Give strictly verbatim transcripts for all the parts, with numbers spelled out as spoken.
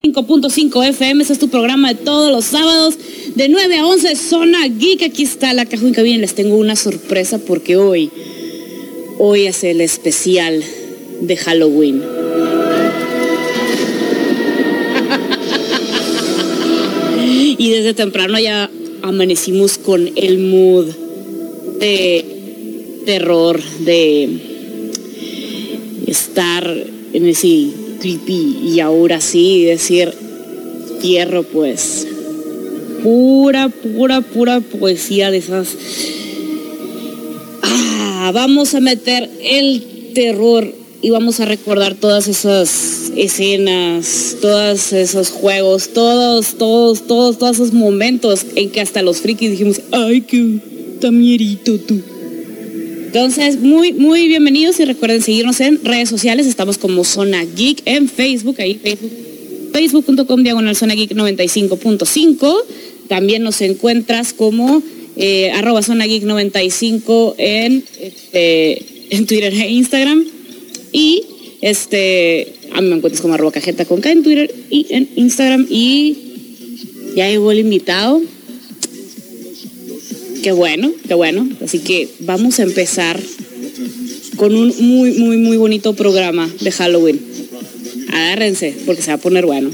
cinco punto cinco F M, ese es tu programa de todos los sábados de nueve a once, Zona Geek. Aquí está la caja en cabina. Les tengo una sorpresa porque hoy, hoy es el especial de Halloween. Y desde temprano ya amanecimos con el mood de terror, de estar en ese creepy y ahora sí decir fierro, pues pura, pura, pura poesía de esas. Ah, vamos a meter el terror y vamos a recordar todas esas escenas, todos esos juegos, todos, todos, todos, todos esos momentos en que hasta los frikis dijimos, ay, qué tamierito tú. Entonces, muy, muy bienvenidos y recuerden seguirnos en redes sociales. Estamos como Zona Geek en Facebook, ahí Facebook, facebook punto com diagonal Zona Geek noventa y cinco punto cinco. También nos encuentras como eh, arroba Zona Geek noventa y cinco en, este, en Twitter e Instagram. Y este, a mí me encuentras como arroba cajeta con K en Twitter y en Instagram. Y ya llegó el invitado. Qué bueno, qué bueno. Así que vamos a empezar con un muy, muy, muy bonito programa de Halloween. Agárrense, porque se va a poner bueno.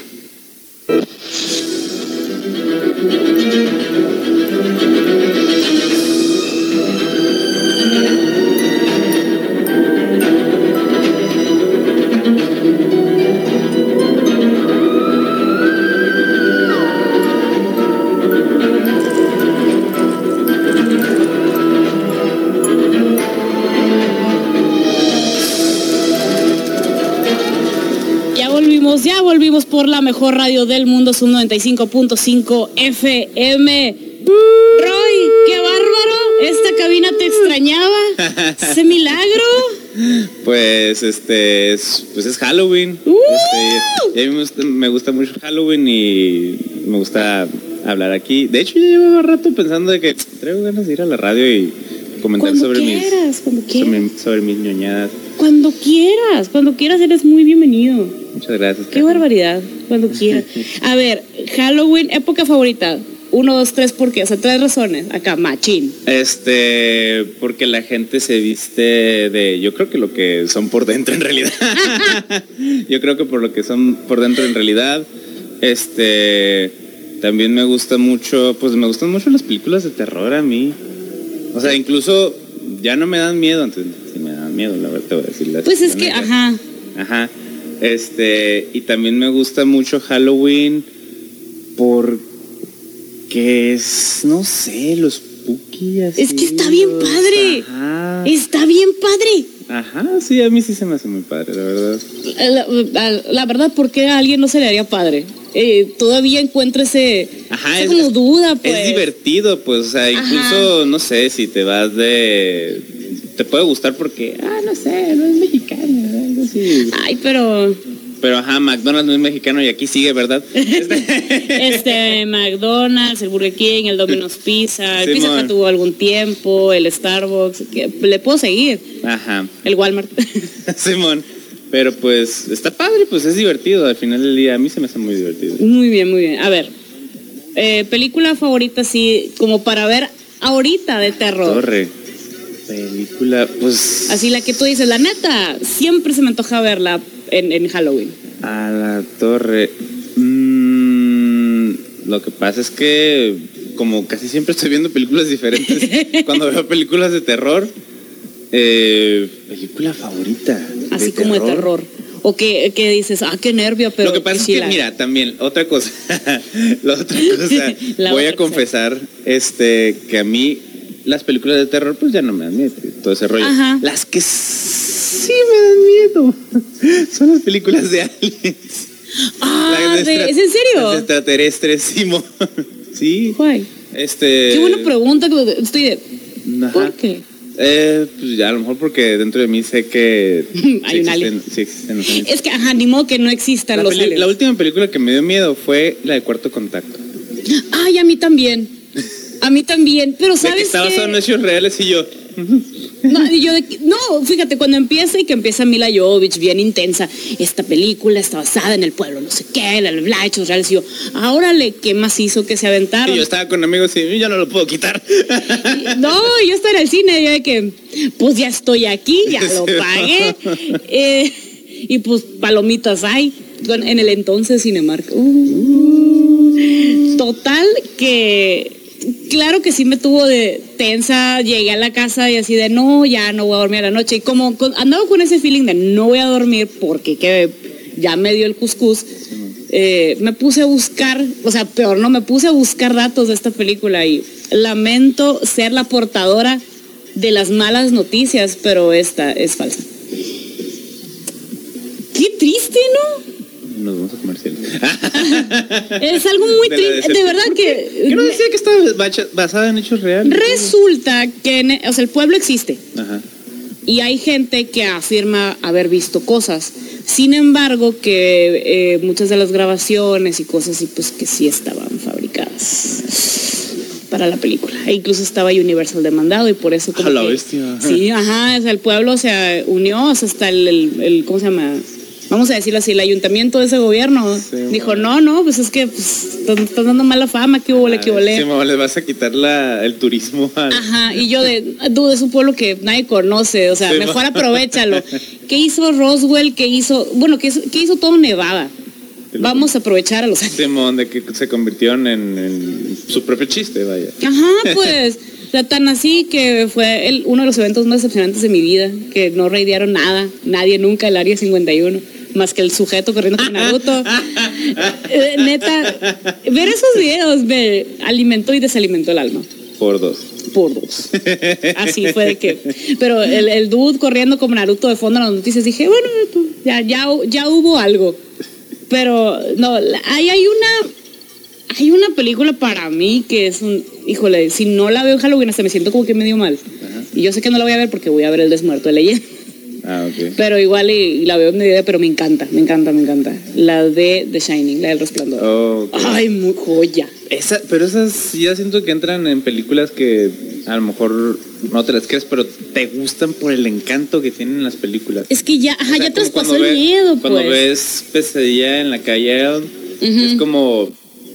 Ya volvimos por la mejor radio del mundo, Zoom noventa y cinco punto cinco F M. Roy, qué bárbaro, esta cabina te extrañaba. ¿Ese milagro? Pues este es, pues es Halloween. Uh. Este, y a mí me gusta, me gusta mucho Halloween y me gusta hablar aquí. De hecho, yo llevo rato pensando de que traigo ganas de ir a la radio y comentar cuando sobre quieras, mis cuando quieras. sobre, sobre mis ñoñadas. Cuando quieras, cuando quieras eres muy bienvenido. Muchas gracias. Qué barbaridad, cuando quieras. A ver, Halloween, época favorita. Uno, dos, tres, ¿por qué? O sea, tres razones. Acá, machín. Este, porque la gente se viste de, yo creo que lo que son por dentro en realidad. Yo creo que por lo que son por dentro en realidad. Este, también me gusta mucho, pues me gustan mucho las películas de terror a mí. O sea, incluso ya no me dan miedo, antes sí me dan miedo, la verdad, te voy a decir. La pues es que, ajá. Ajá. Este, y también me gusta mucho Halloween porque es, no sé, los spooky así. Es que está bien padre. Ajá. Está bien padre. Ajá, sí, a mí sí se me hace muy padre, la verdad. La, la, la verdad, ¿por qué a alguien no se le haría padre? Eh, todavía encuentro ese, Ajá, esa es, como duda, pues. Es divertido, pues, o sea, incluso, ajá, no sé, si te vas de... Te puede gustar porque, ah, no sé, no es mexicano, algo así. Ay, pero... Pero, ajá, McDonald's no es mexicano y aquí sigue, ¿verdad? Este, McDonald's, el Burger King, el Domino's Pizza, el Pizza Hut tuvo algún tiempo, el Starbucks, que le puedo seguir. Ajá. El Walmart. Simón. Pero pues está padre, pues es divertido. Al final del día a mí se me hace muy divertido. Muy bien, muy bien. A ver, eh, película favorita, sí, como para ver ahorita de terror. Torre. Película, pues... Así la que tú dices, la neta, siempre se me antoja verla en, en Halloween. A la torre. Mm, lo que pasa es que como casi siempre estoy viendo películas diferentes, cuando veo películas de terror, eh, película favorita. Así como de terror. O que, que dices, ah, qué nervio, pero... Lo que pasa es que, la... mira, también, otra cosa, la otra cosa, voy a confesar, este, que a mí las películas de terror, pues ya no me dan miedo, todo ese rollo. Ajá. Las que sí me dan miedo son las películas de aliens. Ah, de extra... ¿es en serio? Las extraterrestres, Simón. Sí. Guay. Este... Qué buena pregunta, estoy de... Ajá. ¿Por qué? Eh, pues ya, a lo mejor porque dentro de mí sé que hay sí un existen, alien. Sí existen los aliens. Es que, ajá, ni modo que no existan la los peli- aliens. La última película que me dio miedo fue la de Cuarto Contacto. Ay, a mí también. A mí también, pero ¿sabes qué? Está basado en hechos reales y yo, No, y yo de, no, fíjate, cuando empieza y que empieza Mila Jovovich bien intensa, esta película está basada en el pueblo, no sé qué, la, la, la hechos reales, y yo, órale, ¿qué más hizo que se aventaron? Y yo estaba con amigos y yo no lo puedo quitar. Y, no, yo estaba en el cine, yo de que, pues ya estoy aquí, ya lo pagué, eh, y pues palomitas hay, en el entonces Cinemark. Uh, total que... Claro que sí me tuvo de tensa, llegué a la casa y así de no, ya no voy a dormir a la noche. Y como con, andaba con ese feeling de no voy a dormir porque que ya me dio el cuscús, eh, me puse a buscar, o sea, peor, no, me puse a buscar datos de esta película y lamento ser la portadora de las malas noticias, pero esta es falsa. Qué triste, ¿no? Nos vamos a comerciales. Es algo muy triste, de verdad que... ¿Qué no decía que estaba basada en hechos reales? Resulta que, o sea, el pueblo existe. Ajá. Y hay gente que afirma haber visto cosas. Sin embargo, que eh, muchas de las grabaciones y cosas así, pues que sí estaban fabricadas para la película. E incluso estaba Universal demandado y por eso como a la que, bestia. Sí, ajá, o sea, el pueblo se unió, o sea, hasta el, el, el ¿cómo se llama? Vamos a decirlo así, el ayuntamiento de ese gobierno sí, dijo, bueno. no, no, pues es que pues, estás dando mala fama, que hubo, le que volé. Sí, mamá, les vas a quitar la, el turismo. Al... Ajá, y yo de, dude, es un pueblo que nadie conoce, o sea, sí, mejor aprovéchalo. ¿Qué hizo Roswell? ¿Qué hizo? Bueno, ¿qué hizo, qué hizo todo Nevada? Vamos a aprovechar a los... Simón, de que se convirtieron en, en su propio chiste, vaya. Ajá, pues... O sea, tan así que fue el, uno de los eventos más decepcionantes de mi vida, que no raidearon nada, nadie nunca el Área cincuenta y uno, más que el sujeto corriendo con Naruto. eh, neta, ver esos videos me alimentó y desalimentó el alma. Por dos. Por dos. Así fue de que... Pero el, el dude corriendo como Naruto de fondo en las noticias, dije, bueno, ya, ya, ya hubo algo. Pero, no, ahí hay una... Hay una película para mí que es un... Híjole, si no la veo en Halloween hasta me siento como que medio mal. Ajá. Y yo sé que no la voy a ver porque voy a ver El Desmuerto de Leyenda. Ah, ok. Pero igual y, y la veo en medida, pero me encanta, me encanta, me encanta. La de The Shining, la del Resplandor. Oh, okay. Ay, muy joya. Esa, pero esas ya siento que entran en películas que a lo mejor no te las crees, pero te gustan por el encanto que tienen las películas. Es que ya, ajá, o sea, ya traspasó el ves, miedo, pues. Cuando ves Pesadilla en la calle, uh-huh. es como...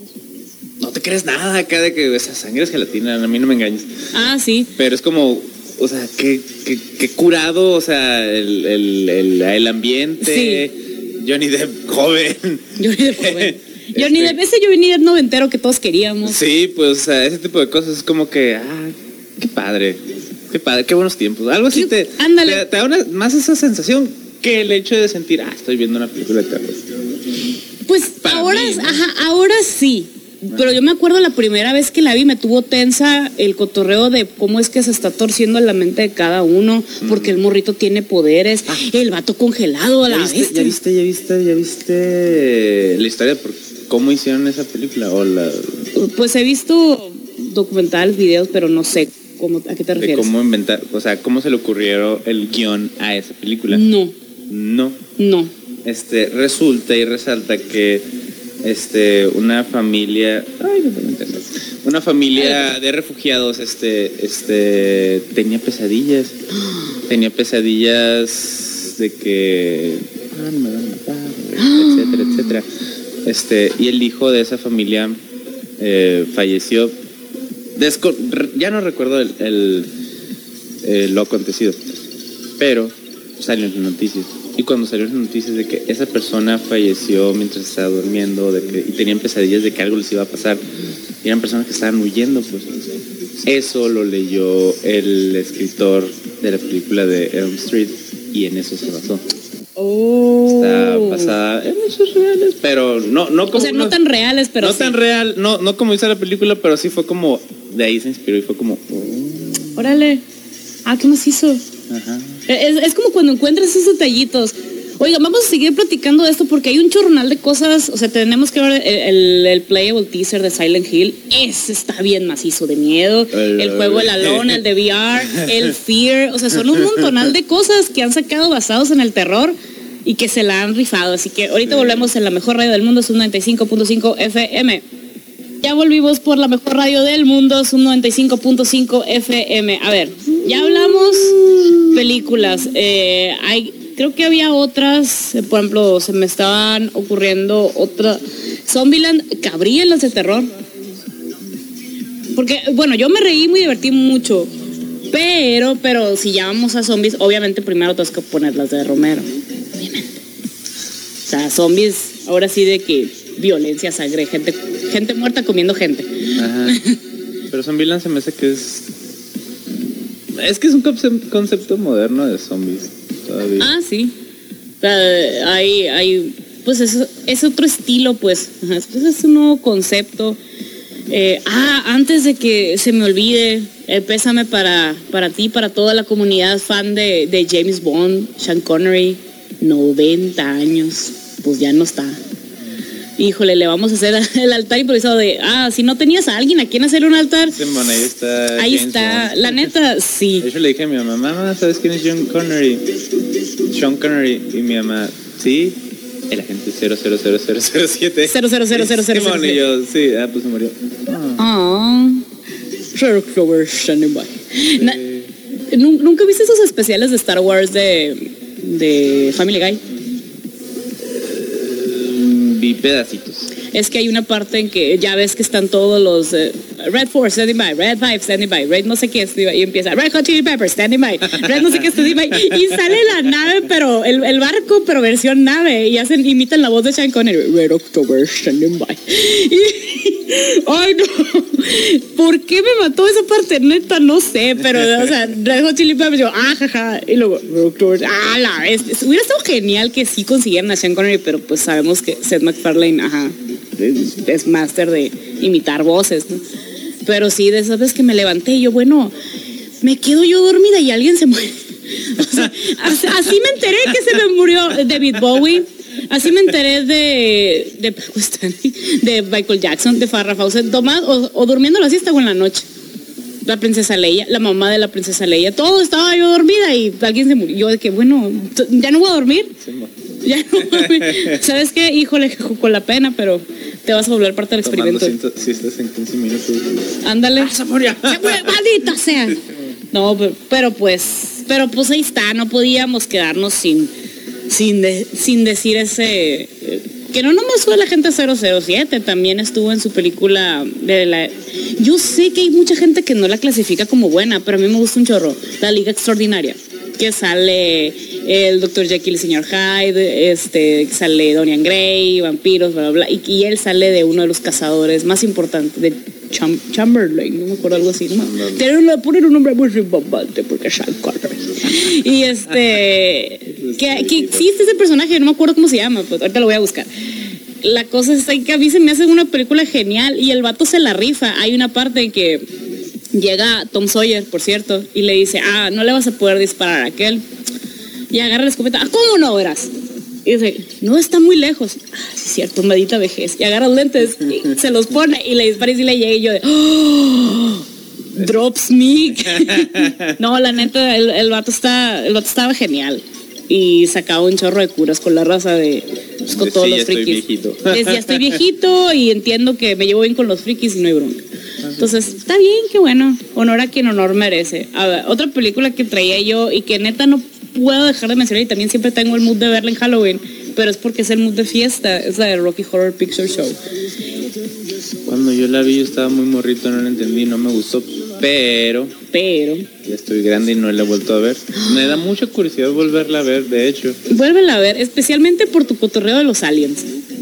No te crees nada acá de que esa sangre es gelatina, a mí no me engañes. Ah, sí. Pero es como, o sea, qué, qué, qué curado, o sea, el, el, el, el ambiente. Sí. Johnny Depp joven. Johnny Depp joven. Johnny Depp, ese Johnny Depp noventero que todos queríamos. Sí, pues, o sea, ese tipo de cosas es como que, ah, qué padre, qué padre, qué buenos tiempos. Algo así te, te, te da una, más esa sensación que el hecho de sentir, ah, estoy viendo una película de terror. Pues Para ahora, mí, ¿no? ajá, ahora sí. Pero yo me acuerdo la primera vez que la vi me tuvo tensa el cotorreo de cómo es que se está torciendo la mente de cada uno, mm. porque el morrito tiene poderes, ah. el vato congelado a la vez. ¿Ya viste, ya viste, ya viste la historia por cómo hicieron esa película? O la... Pues he visto documentales, videos, pero no sé cómo, a qué te refieres. De cómo inventar, o sea, cómo se le ocurrió el guión a esa película. No. No. No. Este, resulta y resalta que este una familia ay, no puedo entender, una familia de refugiados este este tenía pesadillas tenía pesadillas de que ah, no me van a matar, etcétera etcétera este y el hijo de esa familia eh, falleció Desco- ya no recuerdo el, el, eh, lo acontecido, pero salió en las noticias. Y cuando salieron las noticias de que esa persona falleció mientras estaba durmiendo, de que, y tenían pesadillas de que algo les iba a pasar, y eran personas que estaban huyendo, pues eso lo leyó el escritor de la película de Elm Street y en eso se basó. Oh. Está basada en hechos reales, pero no, no como... O sea, no, no tan reales, pero no sí. tan real, no, no como hizo la película, pero sí fue como, de ahí se inspiró y fue como... Oh. Órale, ah, ¿qué más hizo? Ajá. Es, es como cuando encuentras esos detallitos. Oiga, vamos a seguir platicando de esto porque hay un chorronal de cosas. O sea, tenemos que ver el, el, el playable teaser de Silent Hill. Ese está bien macizo de miedo. El, el juego El Alone, el de V R, el Fear. O sea, son un montonal de cosas que han sacado basados en el terror y que se la han rifado. Así que ahorita volvemos en la mejor radio del mundo, es un noventa y cinco punto cinco F M. Ya volvimos por la mejor radio del mundo, es un noventa y cinco punto cinco F M. A ver, ya hablamos películas. Eh, hay, creo que había otras, por ejemplo, se me estaban ocurriendo otras. Zombieland, cabría en las de terror. Porque, bueno, yo me reí, muy divertí mucho. Pero, pero si ya vamos a zombies, obviamente primero tienes que poner las de Romero. Obviamente. O sea, zombies, ahora sí de que violencia, sangre, gente, gente muerta comiendo gente. Ajá. Pero Zombieland se me hace que es... Es que es un concepto moderno de zombies todavía. Ah, sí. Uh, hay, hay, pues es, es otro estilo, pues. Pues es un nuevo concepto. Eh, ah, antes de que se me olvide, eh, pésame para, para ti, para toda la comunidad fan de, de James Bond, Sean Connery, noventa años, pues ya no está. Híjole, le vamos a hacer el altar improvisado de, ah, si no tenías a alguien a quien hacer un altar. Sí, bueno, ahí está. Ahí James está, Bond. La neta, sí. De hecho le dije a mi mamá, mamá, ¿sabes quién es Sean Connery? Sean Connery, y mi mamá, sí, el agente cero cero cero cero cero siete. cero cero cero cero cero Simón, y yo, sí, ah, pues se murió. Ah, ¿nunca viste esos especiales de Star Wars de, de Family Guy? Vi pedacitos. Es que hay una parte en que ya ves que están todos los uh, Red four, standing by, Red five, standing by, Red no sé qué, y empieza Red Hot Chili Peppers, standing by, Red no sé qué, standing by, y sale la nave, pero el, el barco, pero versión nave, y hacen, imitan la voz de Sean Connery, Red October, standing by. Y, ay no, ¿por qué me mató esa parte? Neta, no sé, pero, o sea, Red Hot Chili Peppers, yo, ah, jaja, y luego, Red October, ah, la vez, hubiera estado genial que sí consiguieran a Sean Connery, pero pues sabemos que Seth MacFarlane, ajá, es, es máster de imitar voces, ¿no? Pero sí, de esas veces que me levanté y yo, bueno, me quedo yo dormida y alguien se muere. O sea, así, así me enteré que se me murió David Bowie, así me enteré de de, de Michael Jackson, de Farrah Fawcett, Tomás, o, o durmiendo la siesta o en la noche. La princesa Leia, la mamá de la princesa Leia, todo estaba yo dormida y alguien se murió. Yo de que, bueno, ya no voy a dormir. Ya no voy a dormir. ¿Sabes qué? Híjole, con la pena, pero te vas a volver parte del experimento. Si estás en quince minutos. Ándale. Ah, se murió. Se murió, maldita sea. No, pero, pero pues, pero pues ahí está, no podíamos quedarnos sin, sin, de, sin decir ese... Eh, que no nomás fue la gente cero cero siete, también estuvo en su película de la... Yo sé que hay mucha gente que no la clasifica como buena, pero a mí me gusta un chorro, La Liga Extraordinaria, que sale el doctor Jekyll y el señor Hyde, este, sale Dorian Gray, vampiros, bla, bla, bla, y, y él sale de uno de los cazadores más importantes, de Cham Chamberlain, no me acuerdo, algo así, ¿no? Tienen que poner un nombre muy rimbombante porque es Sean Connery. Y este, que, que existe ese personaje, no me acuerdo cómo se llama, pues ahorita lo voy a buscar. La cosa es que a mí se me hace una película genial y el vato se la rifa. Hay una parte en que llega Tom Sawyer, por cierto, y le dice, ah, no le vas a poder disparar a aquel. Y agarra la escopeta, ah, ¿cómo no verás? Y dice, no, está muy lejos. Ah, sí, es cierto, maldita vejez. Y agarra los lentes, y se los pone y le dispara y le llega y yo de, oh, drop sneak. No, la neta, el, el vato está, el vato estaba genial. Y sacaba un chorro de curas con la raza de, pues, con de todos sí, los ya frikis. Estoy viejito. Es, ya estoy viejito y entiendo que me llevo bien con los frikis y no hay bronca. Entonces, está bien, qué bueno. Honor a quien honor merece. A ver, otra película que traía yo y que neta no puedo dejar de mencionar y también siempre tengo el mood de verla en Halloween, pero es porque es el mood de fiesta, es la de Rocky Horror Picture Show. Cuando yo la vi yo estaba muy morrito, no la entendí, no me gustó, pero... Pero... Ya estoy grande y no la he vuelto a ver. Me da mucha curiosidad volverla a ver, de hecho. Vuélvela a ver, especialmente por tu cotorreo de los aliens.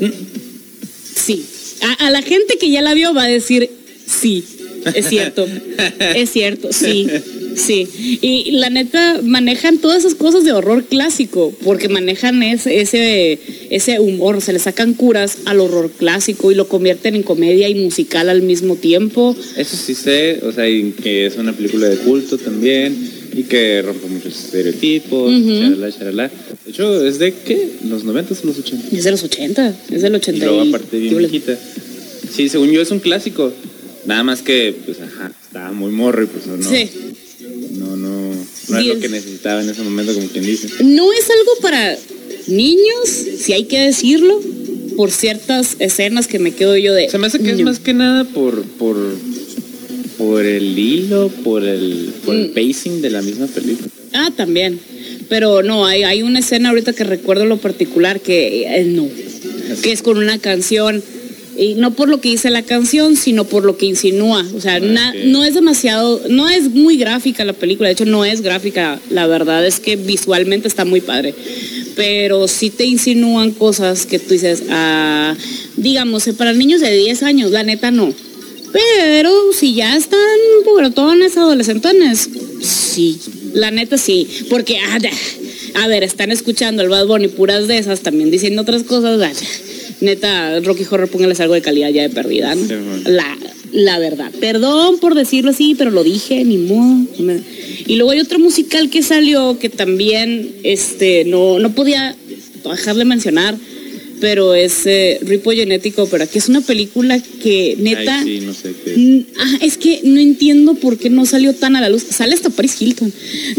Sí. A, a la gente que ya la vio va a decir, sí, es cierto, es cierto, sí. Sí, y la neta manejan todas esas cosas de horror clásico, porque manejan ese, ese, ese humor, se le sacan curas al horror clásico y lo convierten en comedia y musical al mismo tiempo. Eso sí sé, o sea, y que es una película de culto también, y que rompe muchos estereotipos, uh-huh. charalá, charalá. De hecho, ¿es de qué? ¿Los noventa o los ochenta? Es de los ochenta, es del ochenta. Y luego aparte bien viejita. Sí, según yo es un clásico, nada más que, pues, ajá, estaba muy morro y pues no... Sí. No, no, no es lo que necesitaba en ese momento, como quien dice. No es algo para niños, si hay que decirlo, por ciertas escenas que me quedo yo de... Se me hace que es más que nada por por por el hilo, por el por el pacing de la misma película. Ah, también. Pero no, hay, hay una escena ahorita que recuerdo en lo particular que eh, no, que es con una canción, y no por lo que dice la canción, sino por lo que insinúa. O sea, na, okay. no es demasiado, no es muy gráfica la película, de hecho no es gráfica, la verdad es que visualmente está muy padre, pero sí te insinúan cosas que tú dices, ah, digamos, para niños de diez años, la neta no. Pero si ya están pubertones, adolescentones, sí, la neta sí, porque, ah, a ver, están escuchando el Bad Bunny puras de esas, también diciendo otras cosas, ah, neta, Rocky Horror, póngales algo de calidad ya de perdida, ¿no? Sí, bueno. La, la verdad, perdón por decirlo así, pero lo dije, ni modo. Y luego hay otro musical que salió que también, este, no, no podía dejar de mencionar, pero es eh, Ripo Genético, pero aquí es una película que neta... Ay, sí, no sé qué. N- ah, es que no entiendo por qué no salió tan a la luz. Sale hasta Paris Hilton.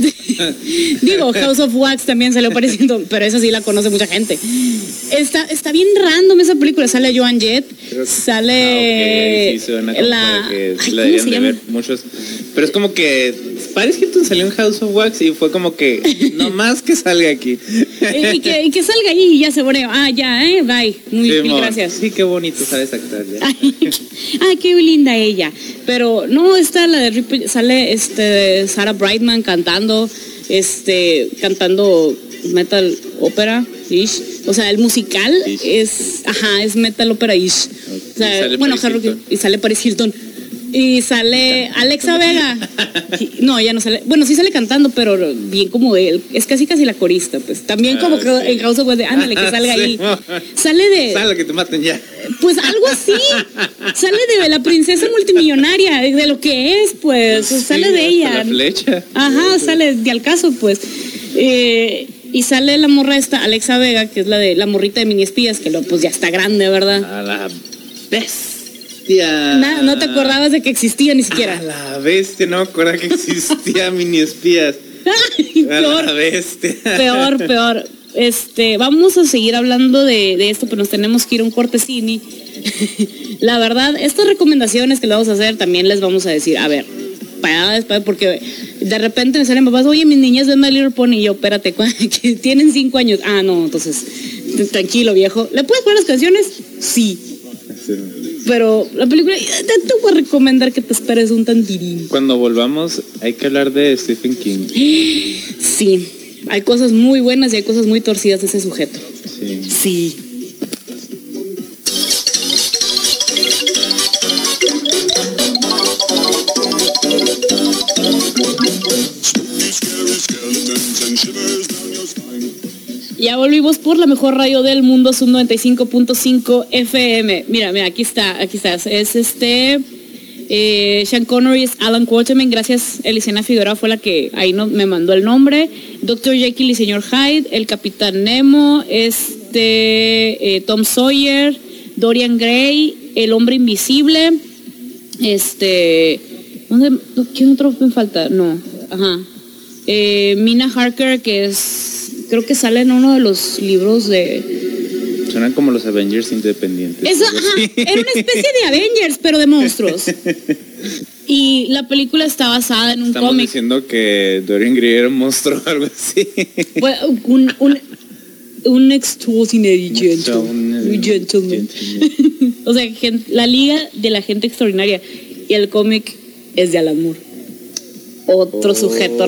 Digo, House of Wax también salió Paris Hilton, pero esa sí la conoce mucha gente. Está, está bien random esa película. Sale Joan Jett, Creo que... sale... Ah, okay. Sí, suena como la... que Ay, la ¿cómo deberían se de llama? ver muchos... Pero es como que Paris Hilton salió en House of Wax y fue como que no más que salga aquí. y, que, y que salga ahí y ya se pone, ah, ya, eh, bye. Muy sí, bien, gracias. Sí, qué bonito sabes actuar ya. Ay, ay, qué linda ella. Pero no, está la de Rip, sale este Sarah Brightman cantando, este, cantando metal ópera ish. O sea, el musical ish. es, ajá, es metal ópera ish. O sea, bueno, Harry, y sale Paris Hilton. Y sale Alexa Vega. No, ella no sale. Bueno, sí sale cantando, pero bien como él. Es casi casi la corista, pues. También como ah, que sí. en House of Wax de ándale, que salga sí. ahí. Sale de. Sale que te maten ya. Pues algo así. Sale de la princesa multimillonaria, de lo que es, pues. Sí, sale de ella. La flecha. Ajá, sí. Sale de al caso, pues. Eh, y sale la morra esta, Alexa Vega, que es la de la morrita de Mini Espías, que lo, pues ya está grande, ¿verdad? A la bestia. Nah, no te acordabas de que existía ni siquiera. A la bestia, no me acordaba que existía Mini Espías. Ay, a peor, la bestia. Peor, peor. Este, vamos a seguir hablando de, de esto, pero nos tenemos que ir a un cortesini. La verdad, estas recomendaciones que le vamos a hacer también les vamos a decir, a ver, para después, porque de repente me salen papás, oye, mis niñas ven My Little Pony, y yo, espérate, que tienen cinco años. Ah, no, entonces, tranquilo, viejo. ¿Le puedes poner las canciones? Sí. Sí. Pero la película, te voy a recomendar que te esperes un tantirín. Cuando volvamos, hay que hablar de Stephen King. Sí, hay cosas muy buenas y hay cosas muy torcidas de ese sujeto. Sí. Sí. Ya volvimos por la mejor radio del mundo, Zoom noventa y cinco punto cinco F M. Mira, mira, aquí está, aquí está. Es este, eh, Sean Connery, es Alan Quarterman. Gracias, Elisena Figueroa fue la que ahí no, me mandó el nombre. doctor Jekyll y señor Hyde, el Capitán Nemo, este, eh, Tom Sawyer, Dorian Gray, el Hombre Invisible, este, ¿dónde, ¿quién otro me falta? No, ajá. Eh, Mina Harker, que es... Creo que sale en uno de los libros de... Suenan como los Avengers independientes. Eso, ajá, era una especie de Avengers, pero de monstruos. Y la película está basada en un Estamos cómic. Estamos diciendo que Dorian Gray era un monstruo o algo así. Bueno, un, un, un extraordinary gentleman. gentleman. O sea, la Liga de la Gente Extraordinaria. Y el cómic es de Alan Moore. Otro oh, sujeto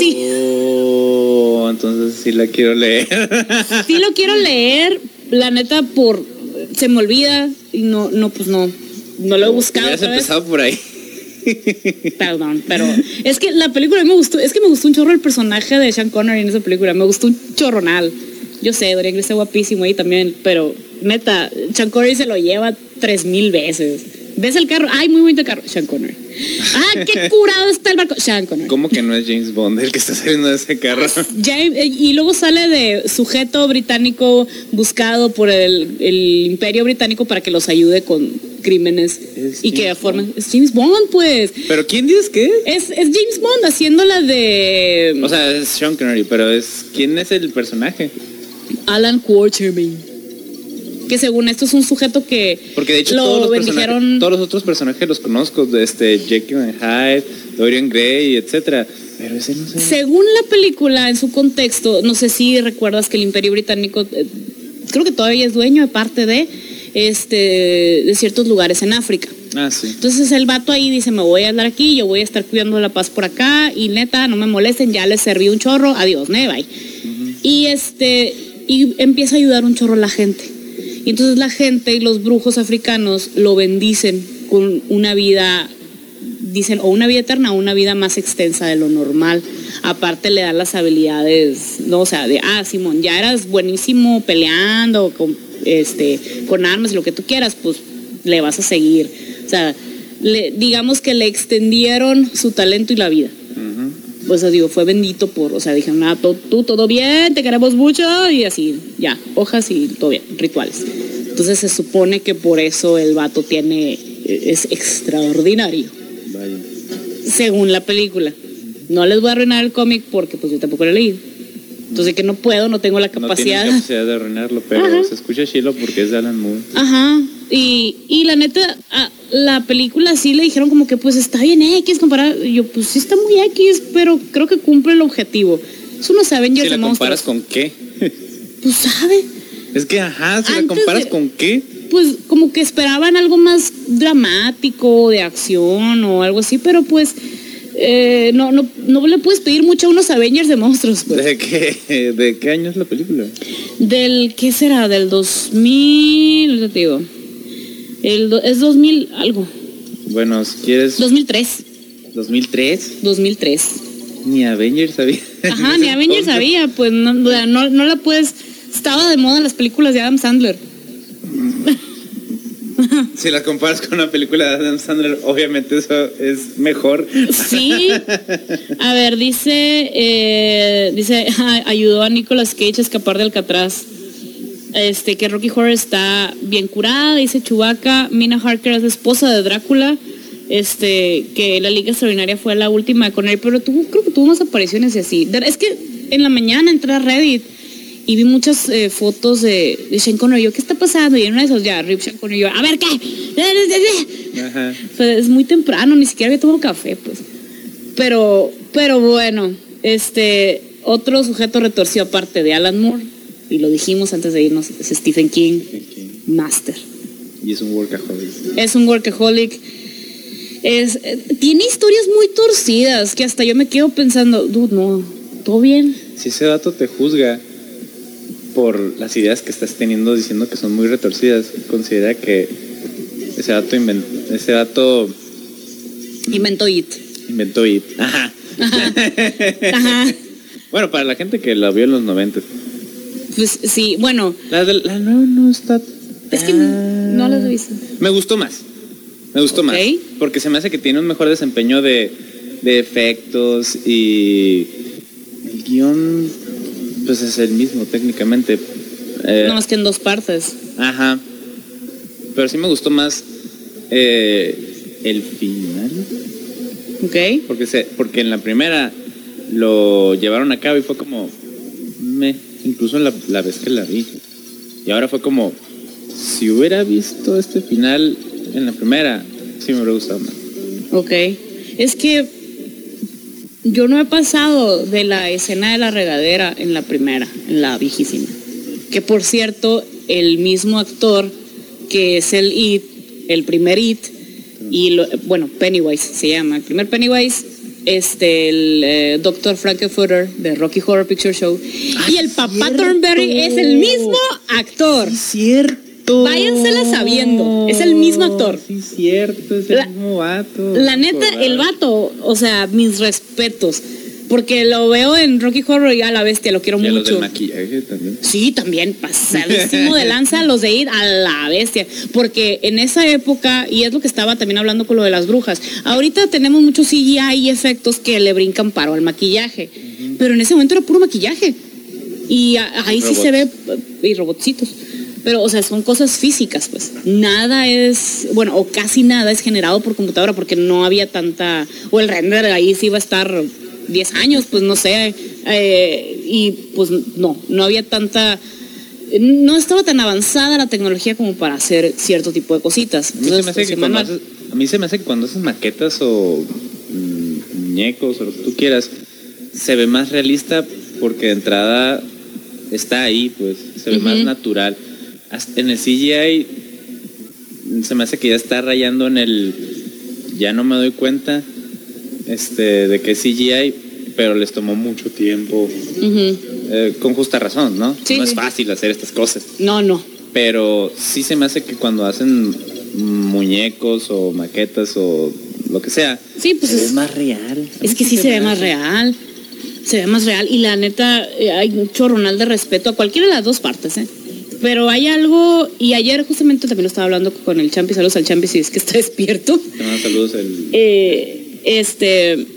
retorcido. Entonces sí la quiero leer. Sí lo quiero leer, la neta, por se me olvida y no, no, pues no, no lo he buscado. Hubieras empezado por ahí. Perdón, pero es que la película a mí me gustó, es que me gustó un chorro el personaje de Sean Connery en esa película, me gustó un chorronal. Yo sé, Dorian Gray está guapísimo ahí también, pero neta, Sean Connery se lo lleva tres mil veces. ¿Ves el carro? Ay, muy bonito el carro. Sean Connery. Ah, qué curado está el barco. Sean Connery. ¿Cómo que no es James Bond el que está saliendo de ese carro? James, y luego sale de sujeto británico buscado por el, el Imperio Británico para que los ayude con crímenes es y James que formen. Es James Bond, pues. ¿Pero quién dices que es? Es, es James Bond haciéndola de. O sea, es Sean Connery, pero es ¿quién es el personaje? Alan Quartermain. Que según esto es un sujeto que porque de hecho lo todos, los bendijeron... todos los otros personajes los conozco, de este Jekyll and Hyde, Dorian Gray, etcétera. Pero ese no sé. Según la película, en su contexto, no sé si recuerdas que el Imperio Británico eh, creo que todavía es dueño de parte de este de ciertos lugares en África. Ah, sí. Entonces el vato ahí dice, me voy a andar aquí, yo voy a estar cuidando la paz por acá y neta, no me molesten, ya les serví un chorro, adiós, ne, bye. Uh-huh. Y este y empieza a ayudar un chorro a la gente. Y entonces la gente y los brujos africanos lo bendicen con una vida, dicen, o una vida eterna o una vida más extensa de lo normal. Aparte le dan las habilidades, no, o sea, de, ah, Simón, ya eras buenísimo peleando con, este, con armas y lo que tú quieras, pues le vas a seguir. O sea, le, digamos que le extendieron su talento y la vida. Uh-huh. Pues digo, fue bendito por, o sea, dijeron, ah, tú, tú todo bien, te queremos mucho, y así, ya, hojas y todo bien, rituales. Entonces se supone que por eso el vato tiene, es extraordinario. Vaya. Según la película. No les voy a arruinar el cómic porque pues yo tampoco lo he leído. Entonces que no puedo, no tengo la capacidad. No tienes capacidad de arruinarlo, pero ajá, se escucha chilo porque es de Alan Moore. Ajá. Y, y la neta, a la película sí le dijeron como que pues está bien X comparado. Yo pues sí está muy X, pero creo que cumple el objetivo. Eso no saben yo. ¿Si la comparas con qué? Pues sabe. Es que ajá, si Antes la comparas de, con qué. Pues como que esperaban algo más dramático, de acción o algo así, pero pues eh, no, no, no le puedes pedir mucho a unos Avengers de monstruos. Pues. ¿De qué, ¿De qué año es la película? Del, ¿qué será? Del dos mil, te digo. El, es dos mil algo. Bueno, si quieres... dos mil tres. ¿dos mil tres? dos mil tres. Ni Avengers sabía. Ajá, ni Avengers sabía, pues no, no, no la puedes... Estaba de moda en las películas de Adam Sandler. Si la comparas con una película de Adam Sandler, obviamente eso es mejor. Sí. A ver, dice, eh, dice, ayudó a Nicolas Cage a escapar de Alcatraz. Este, que Rocky Horror está bien curada, dice Chewbacca. Mina Harker es la esposa de Drácula. Este, que la Liga Extraordinaria fue la última con él, pero tuvo, creo que tuvo más apariciones y así. Es que en la mañana entré a Reddit y vi muchas eh, fotos de, de Sean Connery. Yo, ¿qué está pasando? Y en una de esas, ya, Rip Sean Connery. Yo, a ver, ¿qué? Ajá. Pues es muy temprano, ni siquiera había tomado café, pues. Pero, pero bueno, este, otro sujeto retorcido aparte de Alan Moore, y lo dijimos antes de irnos, es Stephen King, okay. Master. Y es un workaholic. Es un workaholic. Es, eh, tiene historias muy torcidas que hasta yo me quedo pensando, dude, no, ¿todo bien? Si ese dato te juzga por las ideas que estás teniendo diciendo que son muy retorcidas, considera que ese dato inventó, ese dato inventó It. Inventó It. Ajá. Ajá. Ajá. Bueno, para la gente que la vio en los noventa. Pues sí, bueno. La, de, la nueva no está. Es que no la he visto. Me gustó más. Me gustó okay. más. Porque se me hace que tiene un mejor desempeño de, de efectos y el guión. Pues es el mismo técnicamente. Eh, no más que en dos partes. Ajá. Pero sí me gustó más eh, el final. Ok. Porque, se, porque en la primera lo llevaron a cabo y fue como... Me, incluso la, la vez que la vi. Y ahora fue como... Si hubiera visto este final en la primera, sí me hubiera gustado más. Ok. Es que... Yo no he pasado de la escena de la regadera en la primera, en la viejísima. Que por cierto, el mismo actor que es el It, el primer It, y lo, bueno, Pennywise se llama, el primer Pennywise, este, el eh, doctor Frankenfurter de Rocky Horror Picture Show. Ay, y el papá Thornberry es el mismo actor. Sí, cierto. Váyansela sabiendo, es el mismo actor. Sí, cierto, es el la, mismo vato. La neta, Joder. el vato, o sea, mis respetos. Porque lo veo en Rocky Horror y a la bestia, lo quiero y a mucho. Los del maquillaje también. Sí, también, pasadísimo de lanza los de ir a la bestia. Porque en esa época, y es lo que estaba también hablando con lo de las brujas, ahorita tenemos muchos C G I y efectos que le brincan paro al maquillaje. Uh-huh. Pero en ese momento era puro maquillaje. Y a, ahí Robots. sí se ve, y robotcitos. Pero, o sea, son cosas físicas, pues. Nada es, bueno, o casi nada es generado por computadora porque no había tanta, o el render ahí sí iba a estar diez años, pues no sé. Eh, y pues no, no había tanta no estaba tan avanzada la tecnología como para hacer cierto tipo de cositas. A mí, Entonces, se, me hace que cuando haces, a mí se me hace que cuando haces maquetas o mmm, muñecos o lo que tú quieras, se ve más realista porque de entrada está ahí, pues se ve uh-huh. más natural. Hasta en el C G I se me hace que ya está rayando en el ya no me doy cuenta este de que es C G I, pero les tomó mucho tiempo. Uh-huh. Eh, con justa razón, ¿no? Sí, no es sí. fácil hacer estas cosas. No, no. Pero sí se me hace que cuando hacen muñecos o maquetas o lo que sea, sí, pues se es ve más real. Es que sí se, se ve más real. Se ve más real. Y la neta, eh, hay un chorronal de respeto a cualquiera de las dos partes, ¿eh? Pero hay algo, y ayer justamente también lo estaba hablando con el Champi, saludos al Champi si es que está despierto. No, saludos el... Eh, este...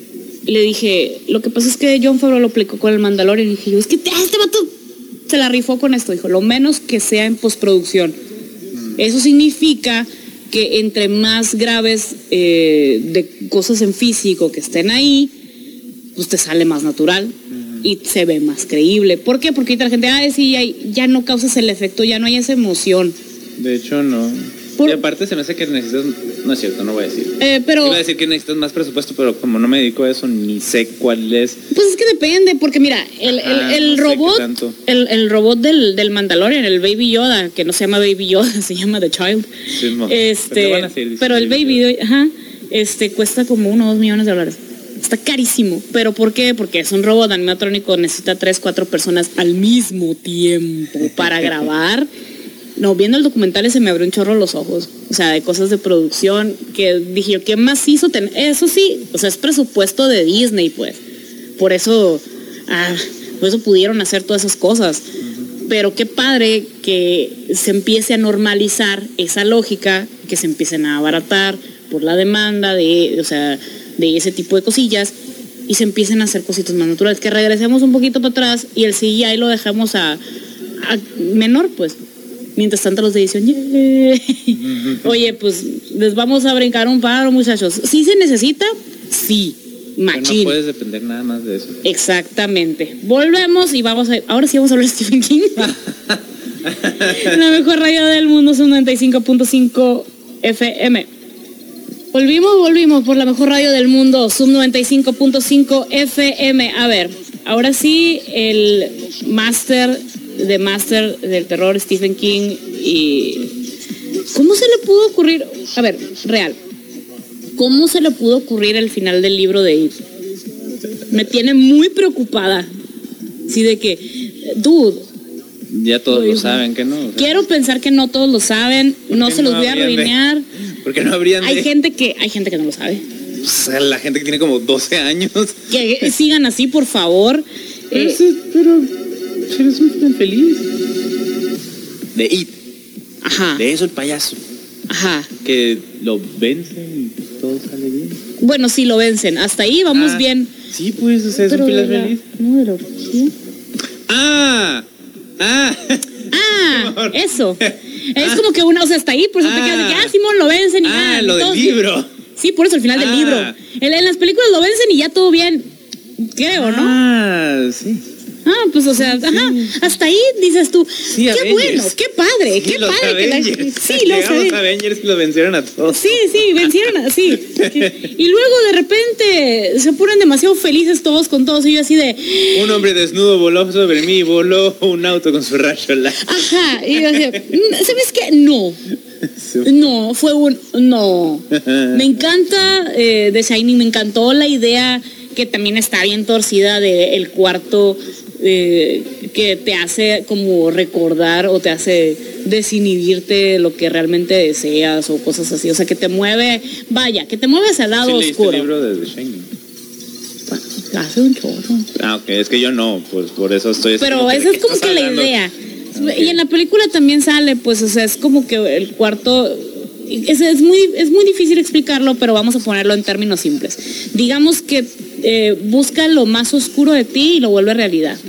Le dije, lo que pasa es que Jon Favreau lo aplicó con el Mandalorian. Y dije yo, es que este vato se la rifó con esto. Dijo, lo menos que sea en postproducción. Mm. Eso significa que entre más graves eh, de cosas en físico que estén ahí, pues te sale más natural mm. y se ve más creíble. ¿Por qué? Porque ahorita la gente, ah, sí, ya, ya no causas el efecto, ya no hay esa emoción. De hecho, no. Por... Y aparte se me hace que necesitas, no es cierto, no voy a decir. Eh, pero... Iba a decir que necesitas más presupuesto, pero como no me dedico a eso, ni sé cuál es. Pues es que depende, porque mira, el, Ajá, el, el no robot, el, el robot del, del Mandalorian, el Baby Yoda, que no se llama Baby Yoda, se llama The Child. Sí, no. Este, pero, van a seguir pero el Baby Yoda, ajá, este cuesta como uno o dos millones de dólares. Está carísimo. ¿Pero por qué? Porque es un robot animatrónico, necesita tres, cuatro personas al mismo tiempo para grabar. No, viendo el documental se me abrió un chorro los ojos. O sea, de cosas de producción que dije yo, ¿qué más hizo? Ten-? Eso sí, o sea, es presupuesto de Disney, pues. Por eso, ah, por eso pudieron hacer todas esas cosas. Uh-huh. Pero qué padre que se empiece a normalizar esa lógica, que se empiecen a abaratar por la demanda de, o sea, de ese tipo de cosillas y se empiecen a hacer cositas más naturales. Que regresemos un poquito para atrás y el C G I lo dejamos a, a menor, pues. Mientras tanto los de edición, yeah. Oye, pues les vamos a brincar un paro, muchachos. ¿Sí se necesita? Sí, machín. Pero no puedes depender nada más de eso. Exactamente. Volvemos y vamos a... Ahora sí vamos a hablar de Stephen King. La mejor radio del mundo son noventa y cinco punto cinco F M. Volvimos, volvimos por la mejor radio del mundo, Sub noventa y cinco punto cinco F M. A ver, ahora sí, el máster... de Master del terror, Stephen King. Y ¿cómo se le pudo ocurrir? A ver, real, ¿cómo se le pudo ocurrir el final del libro de It? Me tiene muy preocupada. Sí, de que, dude, ya todos lo saben, que no. O sea, quiero pensar que no todos lo saben. No se los no voy a arruinar. Porque no habrían de... Hay gente que, hay gente que no lo sabe. O sea, la gente que tiene como doce años. Que sigan así, por favor. Pero, eh, pero eres un final feliz. De It. Ajá. De eso el payaso. Ajá. Que lo vencen y todo sale bien. Bueno, sí lo vencen. Hasta ahí vamos ah, bien. Sí, pues, o sea, es pero un final la, feliz. No, de la orgía. Ah. Ah. Ah, eso. Es como que una, o sea, hasta ahí, por eso ah, te quedas de que, ah, Simón, lo vencen y ah, ya. lo del libro. Sí, por eso el final ah. del libro. En, en las películas lo vencen y ya todo bien. Creo, ¿no? Ah, sí. Ah, pues, o sea, sí, ajá, sí. Hasta ahí dices tú, sí, qué Avengers. Bueno, qué padre, sí, qué los padre. Avengers. Que la, sí, los Avengers. Avengers y los vencieron a todos. Sí, sí, vencieron a, sí. Y luego de repente se ponen demasiado felices todos con todos y yo así de... Un hombre desnudo voló sobre mí, voló un auto con su rayo láser. Ajá, y yo decía, ¿sabes qué? No. No, fue un... No. Me encanta eh, The Shining, me encantó la idea que también está bien torcida de el cuarto... Eh, que te hace como recordar o te hace desinhibirte lo que realmente deseas o cosas así, o sea que te mueve, vaya, que te mueve hacia el lado ¿Sí oscuro. ¿Leíste el libro de The Shining? Hace un chorro. Ah, ok, es que yo no, pues por eso estoy... Pero esa es como que la idea. Okay. Y en la película también sale, pues, o sea, es como que el cuarto... Es, es, muy, es muy difícil explicarlo, pero vamos a ponerlo en términos simples. Digamos que eh, busca lo más oscuro de ti y lo vuelve realidad.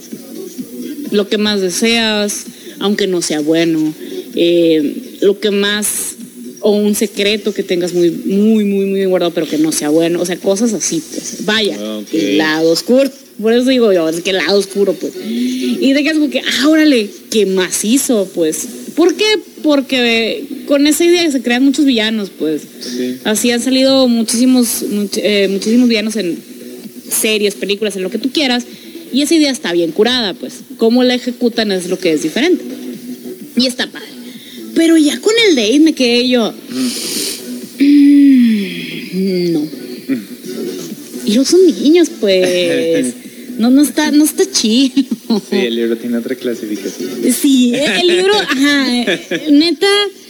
Lo que más deseas, aunque no sea bueno. Eh, lo que más o un secreto que tengas muy, muy, muy, muy guardado, pero que no sea bueno, o sea, cosas así, pues, vaya, okay. El lado oscuro, por eso digo yo, es que el lado oscuro, pues, y de que es como que, ah, órale, qué macizo, pues, ¿por qué? Porque con esa idea se crean muchos villanos, pues, sí. Así han salido muchísimos, much, eh, muchísimos villanos en series, películas, en lo que tú quieras, y esa idea está bien curada, pues, cómo la ejecutan es lo que es diferente, y está padre. Pero ya con el date me quedé yo. Mm, no. Y los son niños, pues. No, no está, no está chido. Sí, el libro tiene otra clasificación. Sí, el libro, ajá. Neta,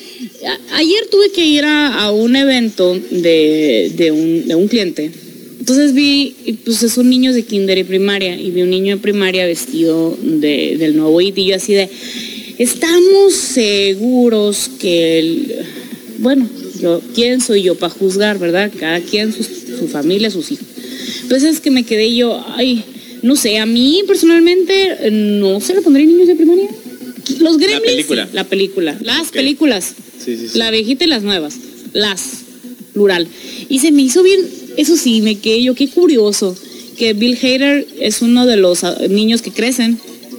a, ayer tuve que ir a, a un evento de, de, un, de un cliente. Entonces vi, pues son niños de kinder y primaria. Y vi un niño de primaria vestido de, del nuevo I T. Y yo así de. Estamos seguros que el, bueno, yo, ¿quién soy yo para juzgar, verdad? Cada quien, su, su familia, sus hijos. Entonces es que me quedé yo, ay, no sé, a mí personalmente no se lo pondré niños de primaria. Los Gremlins, la película, la película las okay. películas, sí, sí, sí. La viejita y las nuevas, las, plural. Y se me hizo bien, eso sí, me quedé yo, qué curioso, que Bill Hader es uno de los niños que crecen.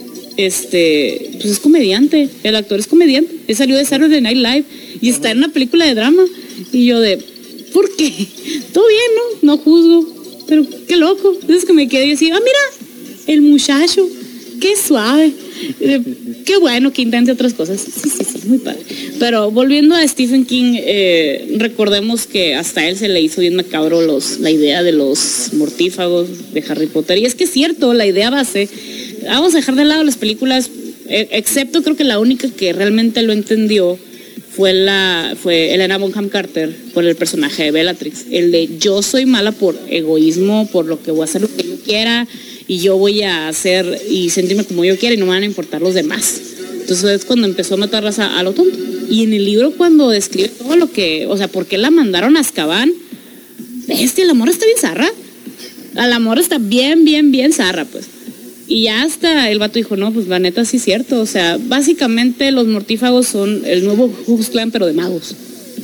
Este, pues es comediante, el actor es comediante, él salió de Saturday Night Live y está en una película de drama. Y yo de, ¿por qué? Todo bien, ¿no? No juzgo, pero qué loco. Entonces que me quedé y así, ah, mira, el muchacho, qué suave, eh, qué bueno que intente otras cosas. Sí, sí, sí, muy padre. Pero volviendo a Stephen King, eh, recordemos que hasta a él se le hizo bien macabro los, la idea de los mortífagos de Harry Potter. Y es que es cierto, la idea base. Vamos a dejar de lado las películas, eh, excepto creo que la única que realmente lo entendió fue la fue Helena Bonham Carter por el personaje de Bellatrix, el de yo soy mala por egoísmo, por lo que voy a hacer lo que yo quiera y yo voy a hacer y sentirme como yo quiera y no me van a importar los demás. Entonces es cuando empezó a matarlas a, a lo tonto. Y en el libro cuando describe todo lo que, o sea, por qué la mandaron a Azkaban, bestia, la morra está bien zarra, la morra está bien, bien, bien zarra, pues. Y ya hasta el vato dijo, no, pues la neta sí es cierto. O sea, básicamente los mortífagos son el nuevo Ku Klux Klan, pero de magos.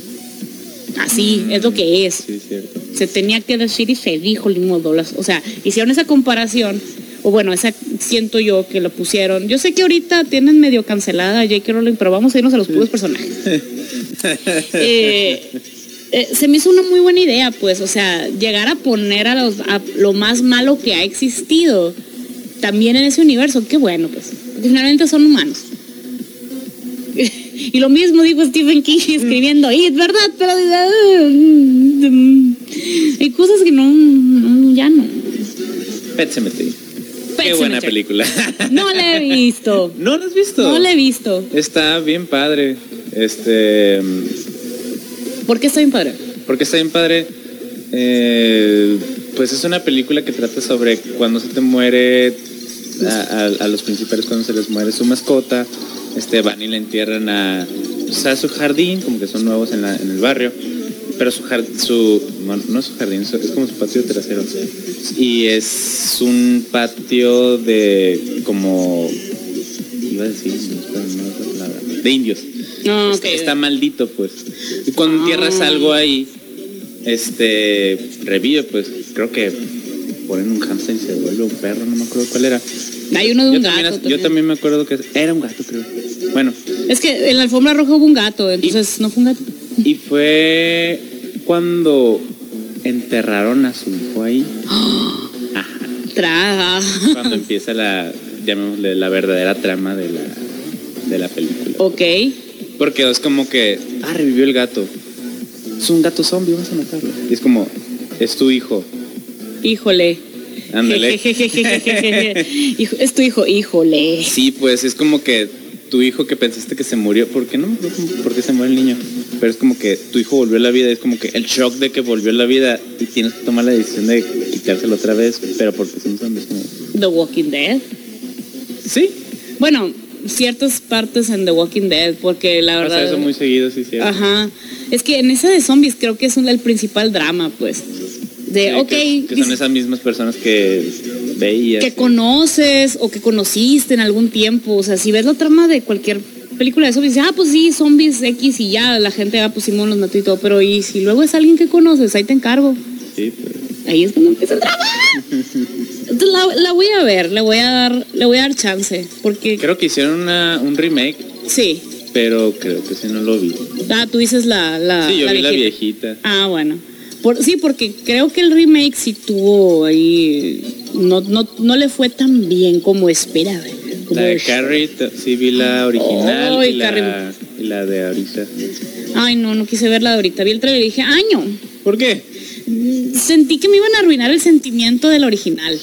Así, mm, es lo que es. Sí, cierto. Se tenía que decir y se dijo Limodolas. O sea, hicieron esa comparación, o bueno, esa siento yo que lo pusieron. Yo sé que ahorita tienen medio cancelada a J K Rowling, pero vamos a irnos a los puros personajes. eh, eh, se me hizo una muy buena idea, pues, o sea, llegar a poner a, los, a lo más malo que ha existido también en ese universo, qué bueno, pues, porque finalmente son humanos. Y lo mismo dijo Stephen King escribiendo It, ¿verdad? Pero hay cosas que no, no ya no. Pet Sematary. Pet qué buena Cemetery. Película. No la he visto. ¿No la has visto? No la he visto. Está bien padre. Este. ¿Por qué está bien padre? Porque está bien padre. Eh, pues es una película que trata sobre cuando se te muere a, a, a los principales, cuando se les muere su mascota, este, van y la entierran a, o sea, a su jardín, como que son nuevos en, la, en el barrio, pero su jardín, su, no, no es su jardín, es como su patio trasero, y es un patio de, como, iba a decir, no es la palabra, de indios. Oh, okay. está, está maldito, pues, y cuando oh. entierras algo ahí, este, revive, pues, creo que ponen un hámster y se vuelve un perro, no me acuerdo cuál era. Hay uno de un yo gato. También, yo también me acuerdo que era un gato, creo. Bueno. Es que en la alfombra roja hubo un gato, entonces y, no fue un gato. Y fue cuando enterraron a su hijo ahí. Ajá. Traja. Cuando empieza la, llamémosle, la verdadera trama de la, de la película. Ok. Porque es como que, ah, revivió el gato. Es un gato zombie, vas a matarlo. Y es como, es tu hijo. Híjole. Ándale. Hijo, es tu hijo, híjole. Sí, pues es como que tu hijo que pensaste que se murió, ¿por qué no? ¿Por qué se muere el niño? Pero es como que tu hijo volvió a la vida, es como que el shock de que volvió a la vida y tienes que tomar la decisión de quitárselo otra vez, pero porque son zombies. Como... The Walking Dead. Sí. Bueno, ciertas partes en The Walking Dead, porque la verdad... Pasa eso muy seguido, sí, sí. Ajá. Es que en esa de zombies creo que es un, el principal drama, pues. De, sí, okay, que, que son esas mismas personas que veías. Que conoces o que conociste en algún tiempo. O sea, si ves la trama de cualquier película de zombies, ah, pues sí, zombies X y ya, la gente, ah, pues Simón los mató y todo, pero y si luego es alguien que conoces, ahí te encargo. Sí, pero... Ahí es cuando empieza el drama. Entonces la, la voy a ver, le voy a dar, le voy a dar chance, porque... Creo que hicieron una, un remake. Sí. Pero creo que sí no lo vi. Ah, tú dices la, la Sí, yo la vi viejita. la viejita. Ah, bueno. Por, sí, porque creo que el remake sí tuvo ahí... No, no, no le fue tan bien como esperaba. Como La de el... Carrie, sí vi la original oh, y, la, Carrie... y la de ahorita. Ay, no, no quise verla de ahorita. Vi el trailer y dije, ¡ay, no! ¿Por qué? Sentí que me iban a arruinar el sentimiento del original.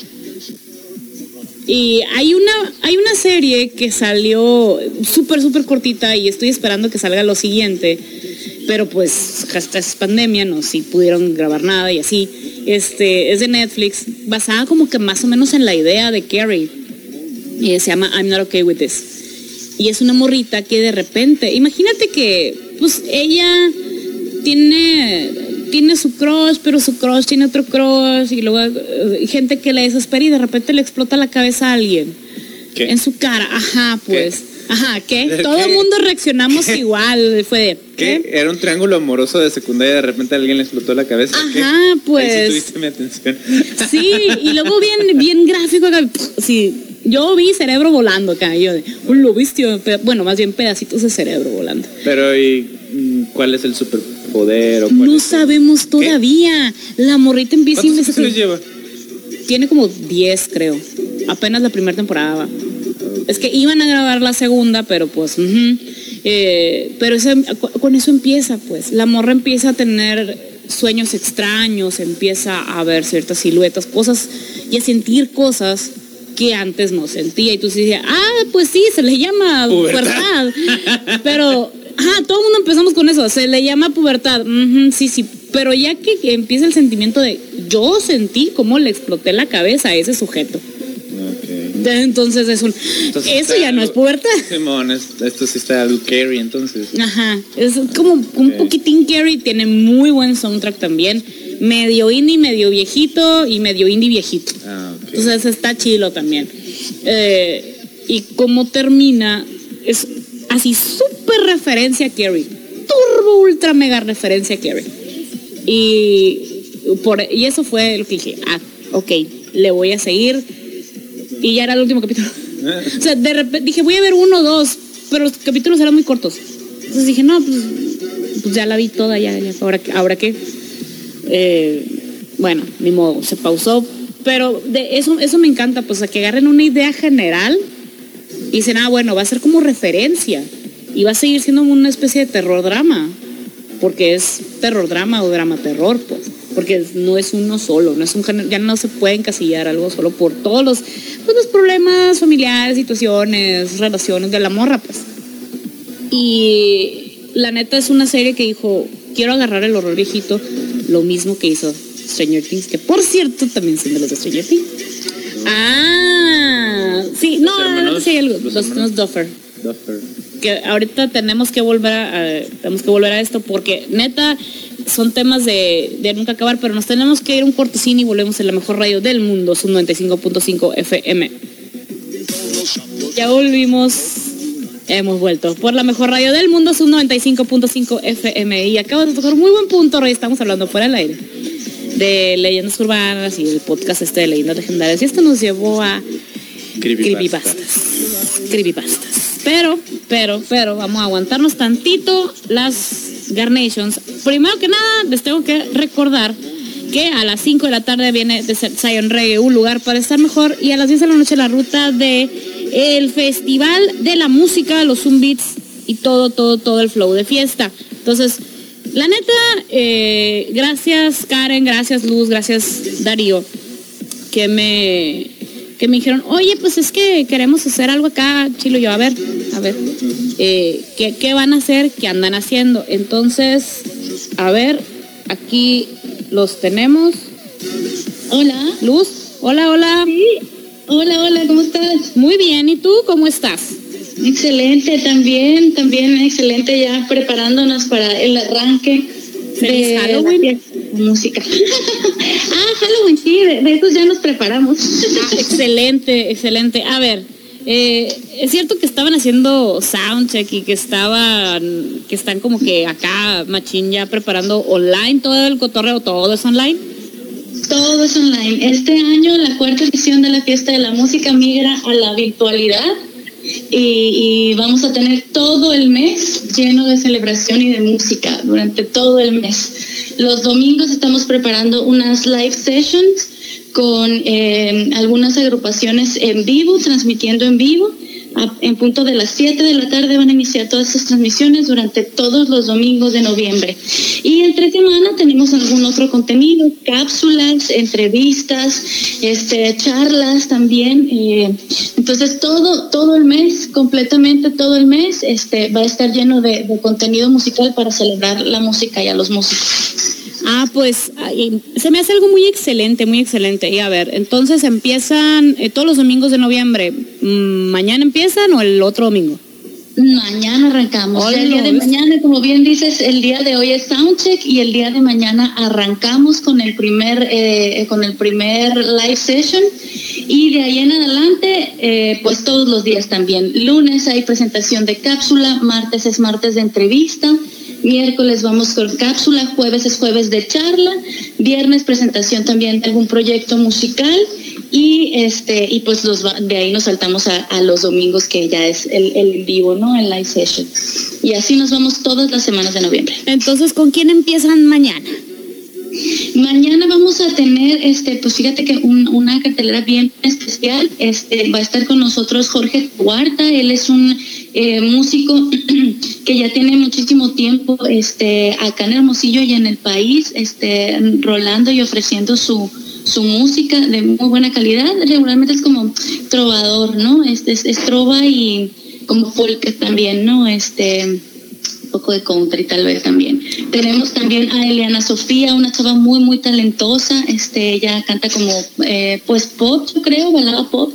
Y hay una, hay una serie que salió súper, súper cortita y estoy esperando que salga lo siguiente. Pero pues hasta es pandemia, no si pudieron grabar nada y así. Este, es de Netflix, basada como que más o menos en la idea de Carrie. Y se llama I'm Not Okay With This. Y es una morrita que de repente, imagínate que pues ella tiene, tiene su crush, pero su crush tiene otro crush, y luego uh, gente que le desespera y de repente le explota la cabeza a alguien. ¿Qué? En su cara, ajá, pues. ¿Qué? Ajá, ¿qué? ¿Qué? Todo el mundo reaccionamos igual, fue de... ¿Qué? ¿qué? Era un triángulo amoroso de secundaria y de repente a alguien le explotó la cabeza. Ajá, ¿qué? pues. Ahí sí tuviste mi atención. Sí, y luego bien, bien gráfico acá, sí, yo vi cerebro volando acá, yo de, oh, lo viste, bueno, más bien pedacitos de cerebro volando. Pero ¿y cuál es el superpoder? O cuál No es sabemos el... todavía. La morrita empieza a ¿Cuántos investigar. episodios lleva? Tiene como diez, creo. Apenas la primera temporada va. Es que iban a grabar la segunda, pero pues... Uh-huh. eh, pero ese, con eso empieza, pues. La morra empieza a tener sueños extraños, empieza a ver ciertas siluetas, cosas, y a sentir cosas que antes no sentía. Y tú sí decías, ah, pues sí, se le llama pubertad. pubertad. Pero, ajá, todo el mundo empezamos con eso, se le llama pubertad. Uh-huh, sí, sí. Pero ya que, que empieza el sentimiento de, yo sentí cómo le exploté la cabeza a ese sujeto. Okay. Entonces es un... Entonces eso ya algo, no es pubertad. Simón, es, esto sí está algo Carrie, entonces. Ajá, es como un okay. poquitín Carrie, tiene muy buen soundtrack también. Medio indie, medio viejito y medio indie viejito. Ah, okay. Entonces está chilo también. Eh, y como termina, es así súper referencia a Carrie. Turbo, ultra, mega referencia a Carrie. Y, por, y eso fue lo que dije, ah, ok, le voy a seguir. Y ya era el último capítulo. O sea, de repente dije, voy a ver uno o dos, pero los capítulos eran muy cortos. Entonces dije, no, pues, pues ya la vi toda, ya, ya, ¿ahora, ahora qué? Eh, bueno, ni modo, se pausó. Pero de eso, eso me encanta, pues a que agarren una idea general y dicen, ah, bueno, va a ser como referencia. Y va a seguir siendo una especie de terror drama. Porque es terror drama o drama terror, pues. Porque no es uno solo, no es un género, ya no se puede encasillar algo solo por todos los, pues, los problemas familiares, situaciones, relaciones de la morra, pues. Y la neta es una serie que dijo, quiero agarrar el horror viejito, lo mismo que hizo Stranger Things, que por cierto también son de los de Stranger Things. Ah, sí, no, no, no, sí, algo, los, los, los Duffer. Duffer. Que ahorita tenemos que volver a, a tenemos que volver a esto porque neta son temas de, de nunca acabar, pero nos tenemos que ir a un cortocine y volvemos en la mejor radio del mundo, Zoom noventa y cinco punto cinco F M. Ya volvimos, hemos vuelto por la mejor radio del mundo, Zoom noventa y cinco punto cinco F M, y acabo de tocar un muy buen punto, Rey, estamos hablando fuera del aire de leyendas urbanas y el podcast este de leyendas legendarias, y esto nos llevó a creepypastas, creepypastas. Pero, pero, pero, vamos a aguantarnos tantito las Garnations. Primero que nada, les tengo que recordar que a las cinco de la tarde viene de Zion Reggae, un lugar para estar mejor, y a las diez de la noche la ruta de el Festival de la Música, los Zoom Beats y todo, todo, todo el flow de fiesta. Entonces, la neta, eh, gracias Karen, gracias Luz, gracias Darío, que me... que me dijeron, oye, pues es que queremos hacer algo acá, Chilo. Yo, a ver, a ver, eh, ¿qué, ¿qué van a hacer? ¿Qué andan haciendo? Entonces, a ver, aquí los tenemos. Hola. Luz, hola, hola. Sí, hola, hola, ¿cómo estás? Muy bien, ¿y tú cómo estás? Excelente, también, también excelente, ya preparándonos para el arranque de Halloween. La música. Ah, Halloween, sí, de, de esos ya nos preparamos. Ah, excelente, excelente. A ver, Eh, es cierto que estaban haciendo soundcheck y que estaban, que están como que acá machín ya preparando online todo el cotorreo, todo es online. Todo es online. Este año la cuarta edición de la Fiesta de la Música migra a la virtualidad y, y vamos a tener todo el mes lleno de celebración y de música durante todo el mes. Los domingos estamos preparando unas live sessions con eh, algunas agrupaciones en vivo, transmitiendo en vivo. A, en punto de las siete de la tarde van a iniciar todas estas transmisiones durante todos los domingos de noviembre. Y entre semana tenemos algún otro contenido, cápsulas, entrevistas, este, charlas también. Eh, entonces todo, todo el mes, completamente todo el mes, este, va a estar lleno de, de contenido musical para celebrar la música y a los músicos. Ah, pues ay, se me hace algo muy excelente, muy excelente. Y a ver, entonces empiezan eh, todos los domingos de noviembre. ¿Mañana empiezan o el otro domingo? Mañana arrancamos. Hola, el día de mañana, como bien dices, el día de hoy es soundcheck y el día de mañana arrancamos con el primer, eh, con el primer live session. Y de ahí en adelante, eh, pues todos los días también. Lunes hay presentación de cápsula, martes es martes de entrevista. Miércoles vamos con cápsula, jueves es jueves de charla, viernes presentación también de algún proyecto musical y este y pues los de ahí nos saltamos a, a los domingos que ya es el, el vivo, ¿no? El live session. Y así nos vamos todas las semanas de noviembre. Entonces, ¿con quién empiezan mañana? Mañana vamos a tener, este, pues fíjate que un, una cartelera bien especial. Este, va a estar con nosotros Jorge Huerta. Él es un eh, músico que ya tiene muchísimo tiempo, este, acá en Hermosillo y en el país, este, rolando y ofreciendo su su música de muy buena calidad. Regularmente es como trovador, ¿no? Este es, es trova y como folk también, ¿no? Este poco de country tal vez también. Tenemos también a Eliana Sofía, una chava muy muy talentosa. Este, ella canta como eh, pues pop, yo creo, balada pop.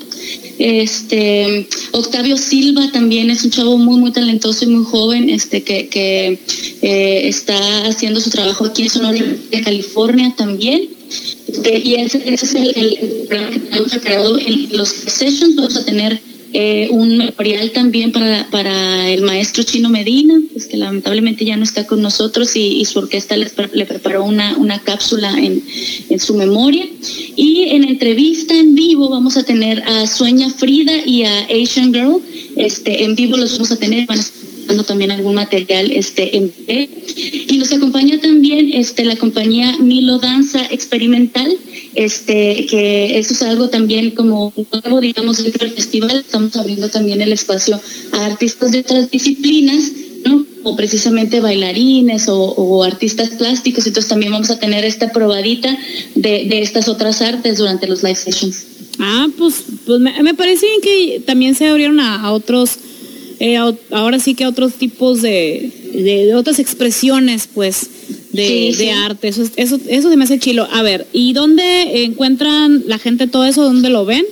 Este, Octavio Silva también es un chavo muy muy talentoso y muy joven, este que, que eh, está haciendo su trabajo aquí en Sonora, de California también. Este, y ese, ese es el, el, el programa que tenemos creado en los sessions. Vamos a tener Eh, un memorial también para, para el maestro Chino Medina, pues que lamentablemente ya no está con nosotros y, y su orquesta les, le preparó una, una cápsula en, en su memoria. Y en entrevista en vivo vamos a tener a Sueña Frida y a Asian Girl. Este, en vivo los vamos a tener, van a estar dando también algún material este, en vivo. Y nos acompaña también este, la compañía Milo Danza Experimental, este que eso es algo también como nuevo, digamos, dentro del festival. Estamos abriendo también el espacio a artistas de otras disciplinas, ¿no? O precisamente bailarines o, o artistas plásticos. Entonces también vamos a tener esta probadita de, de estas otras artes durante los live sessions. Ah, pues, pues me, me parece bien que también se abrieron a, a otros, eh, a, ahora sí que a otros tipos de, de, de otras expresiones, pues, de, sí, sí. de arte. Eso, eso, eso se me hace chilo. A ver, ¿y dónde encuentran la gente todo eso? ¿Dónde lo ven?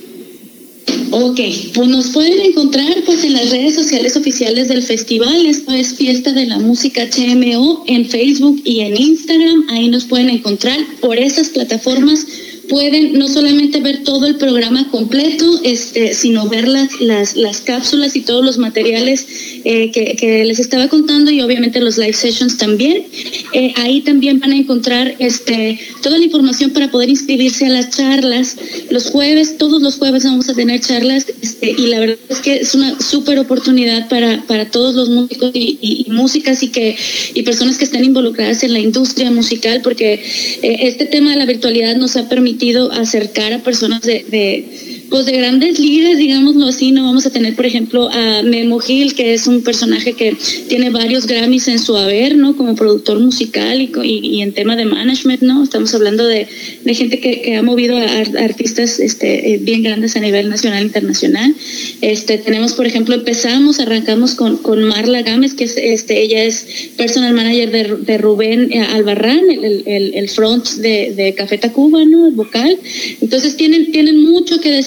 Ok, pues nos pueden encontrar pues en las redes sociales oficiales del festival. Esto es Fiesta de la Música H M O en Facebook y en Instagram. Ahí nos pueden encontrar. Por esas plataformas pueden no solamente ver todo el programa completo, este, sino ver las, las, las cápsulas y todos los materiales eh, que, que les estaba contando, y obviamente los live sessions también. Eh, ahí también van a encontrar este, toda la información para poder inscribirse a las charlas. Los jueves, todos los jueves vamos a tener charlas, este, y la verdad es que es una súper oportunidad para, para todos los músicos y, y, y músicas y, que, y personas que están involucradas en la industria musical, porque eh, este tema de la virtualidad nos ha permitido acercar a personas de, de pues de grandes ligas, digámoslo así. No vamos a tener, por ejemplo, a Memo Gil, que es un personaje que tiene varios Grammys en su haber, ¿no? Como productor musical y, y, y en tema de management, ¿no? Estamos hablando de, de gente que, que ha movido a, a artistas este, bien grandes a nivel nacional e internacional. Este, tenemos, por ejemplo, empezamos, arrancamos con, con Marla Gámez, que es, este, ella es personal manager de, de Rubén Albarrán, el, el, el front de, de Café Tacuba, ¿no? El vocal. Entonces tienen, tienen mucho que decir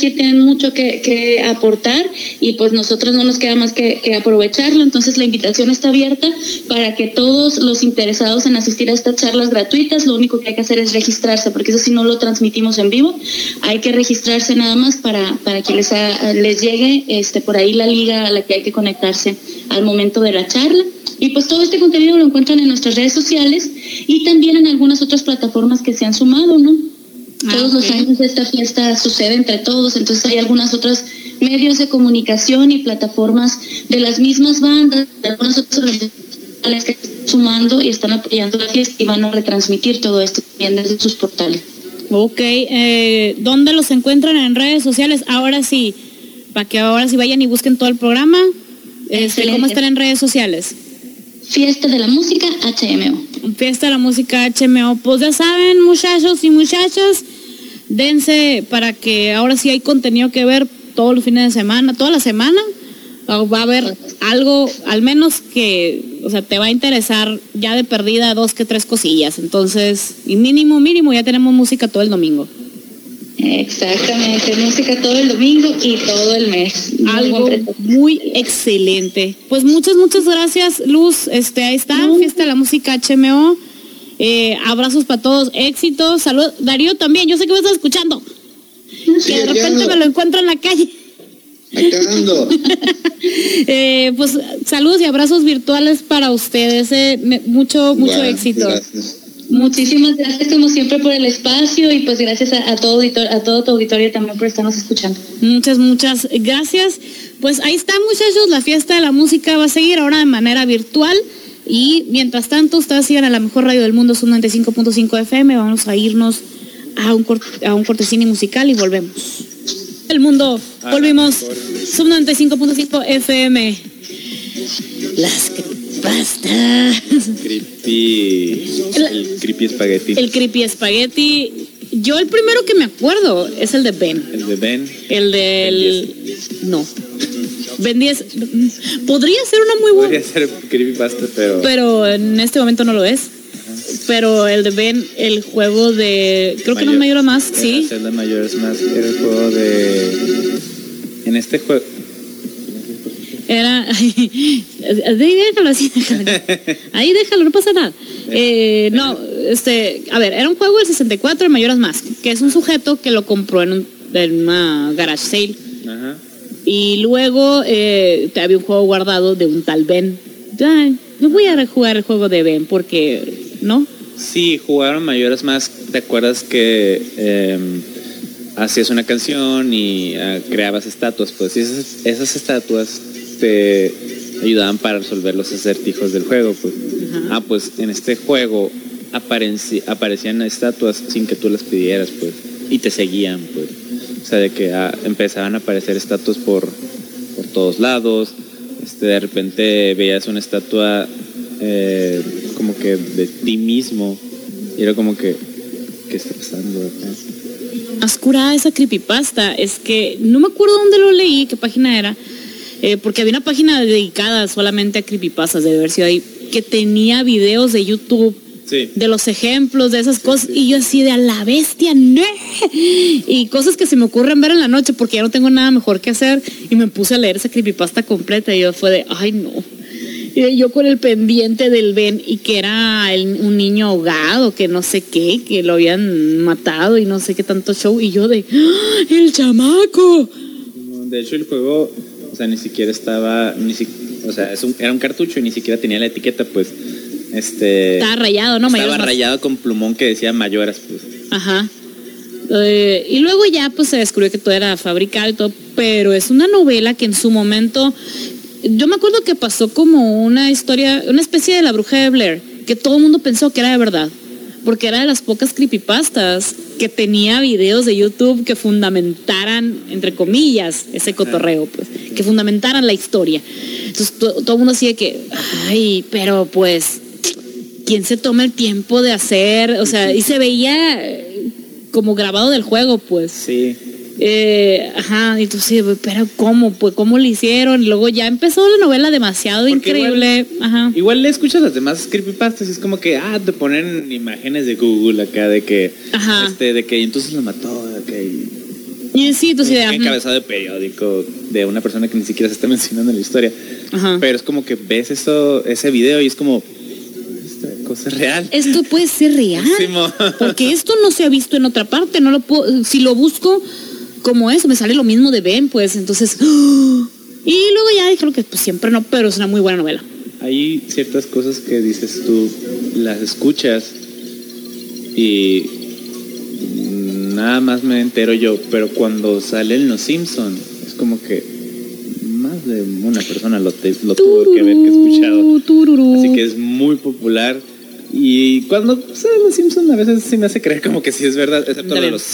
decir, tienen mucho que, que aportar y pues nosotros no nos queda más que, que aprovecharlo. Entonces la invitación está abierta para que todos los interesados en asistir a estas charlas gratuitas, lo único que hay que hacer es registrarse, porque eso sí no lo transmitimos en vivo, hay que registrarse nada más para, para que les, ha, les llegue este, por ahí la liga a la que hay que conectarse al momento de la charla. Y pues todo este contenido lo encuentran en nuestras redes sociales y también en algunas otras plataformas que se han sumado, ¿no? Ah, todos okay. los años esta fiesta sucede entre todos, entonces hay algunas otras medios de comunicación y plataformas de las mismas bandas, de algunas otras organizaciones que están sumando y están apoyando la fiesta y van a retransmitir todo esto también desde sus portales. Ok, eh, ¿dónde los encuentran en redes sociales? Ahora sí, para que ahora sí vayan y busquen todo el programa. Este, ¿Cómo están en redes sociales? Fiesta de la Música H M O. Fiesta de la Música H M O. Pues ya saben, muchachos y muchachas, dense para que ahora sí hay contenido que ver todos los fines de semana, toda la semana. Va a haber algo, al menos que, o sea, te va a interesar ya de perdida dos que tres cosillas. Entonces, y mínimo, mínimo, ya tenemos música todo el domingo. Exactamente, música todo el domingo y todo el mes. Algo muy excelente. Pues muchas, muchas gracias, Luz. Este, ahí está, uh. Fiesta de la Música H M O. Eh, abrazos para todos, éxitos, salud. Darío también, yo sé que me estás escuchando. Sí, que de repente me lo encuentro en la calle. Acá ando. eh, pues saludos y abrazos virtuales para ustedes. Eh, mucho, mucho bueno, éxito. Gracias. Muchísimas gracias como siempre por el espacio y pues gracias a, a, todo, a todo tu auditorio también por estarnos escuchando. Muchas, muchas gracias. Pues ahí está, muchachos, la Fiesta de la Música va a seguir ahora de manera virtual y mientras tanto ustedes sigan a la mejor radio del mundo, Sub noventa y cinco punto cinco F M. Vamos a irnos a un, a un cortesini musical y volvemos. El mundo, ah, volvimos, Sub noventa y cinco punto cinco F M. Las creepypastas. Creepy. El, el creepy espagueti. El creepy espagueti. Yo el primero que me acuerdo es el de Ben. El de Ben. El del... No. Ben diez. Podría ser una muy buena. Podría ser creepypasta, pero... Pero en este momento no lo es. Ajá. Pero el de Ben, el juego de... Creo Mayor, que no Mayor más, sí. El de Mayor más era el juego de... En este juego... Era... Ahí déjalo así, déjalo. Ahí déjalo, no pasa nada. Eh, no, este... A ver, era un juego del sesenta y cuatro de Mayoras Mask, que es un sujeto que lo compró en, un, en una garage sale. Ajá. Y luego eh, había un juego guardado de un tal Ben. Ay, no voy a jugar el juego de Ben porque... ¿No? Sí, jugaron Mayoras Mask. ¿Te acuerdas que... Eh, hacías una canción y uh, creabas estatuas? Pues y esas, esas estatuas te ayudaban para resolver los acertijos del juego, pues. Uh-huh. Ah, pues en este juego apareci- aparecían estatuas sin que tú las pidieras, pues, y te seguían, pues. O sea, de que ah, empezaban a aparecer estatuas por, por todos lados. Este, de repente veías una estatua eh, como que de ti mismo y era como que, ¿qué está pasando acá? Más curada esa creepypasta es que no me acuerdo dónde lo leí, qué página era, eh, porque había una página dedicada solamente a creepypastas, debe haber sido ahí, que tenía videos de YouTube, sí, de los ejemplos de esas cosas, sí, sí. Y yo así de a la bestia, ¡no! Y cosas que se me ocurren ver en la noche porque ya no tengo nada mejor que hacer y me puse a leer esa creepypasta completa y yo fue de, ay no. Y yo con el pendiente del Ben y que era el, un niño ahogado, que no sé qué, que lo habían matado y no sé qué tanto show. Y yo de, ¡ah, el chamaco! De hecho el juego, o sea, ni siquiera estaba, ni si, o sea, es un, era un cartucho y ni siquiera tenía la etiqueta, pues, este... Estaba rayado, ¿no? Estaba rayado con plumón que decía Mayoras, pues. Ajá. Eh, y luego ya, pues, se descubrió que todo era fabricado y todo, pero es una novela que en su momento... Yo me acuerdo que pasó como una historia, una especie de La Bruja de Blair, que todo el mundo pensó que era de verdad, porque era de las pocas creepypastas que tenía videos de YouTube que fundamentaran, entre comillas, ese cotorreo, pues, que fundamentaran la historia. Entonces to, todo el mundo decía que, ay, pero pues, ¿quién se toma el tiempo de hacer? O sea, y se veía como grabado del juego, pues. Sí. Eh, ajá, y tú sí, pero ¿cómo? Pues ¿cómo lo hicieron? Y luego ya empezó la novela demasiado porque increíble. Igual, ajá. Igual le escuchas las demás creepypastas y es como que, ah, te ponen imágenes de Google acá de que, ajá, este, de que entonces lo mató, okay. Y sí, tu idea. Encabezado de periódico de una persona que ni siquiera se está mencionando en la historia. Ajá. Pero es como que ves eso, ese video y es como, esta cosa es real. Esto puede ser real. Sí, porque esto no se ha visto en otra parte. No lo puedo, si lo busco como eso, me sale lo mismo de Ben, pues entonces. ¡Oh! Y luego ya dijeron que pues siempre no, pero es una muy buena novela. Hay ciertas cosas que dices tú, las escuchas y nada más me entero yo, pero cuando salen Los Simpson es como que más de una persona lo, te, lo tuvo que haber que escuchado. Tururú. Así que es muy popular. Y cuando salen Los Simpson a veces sí me hace creer como que sí es verdad, excepto de los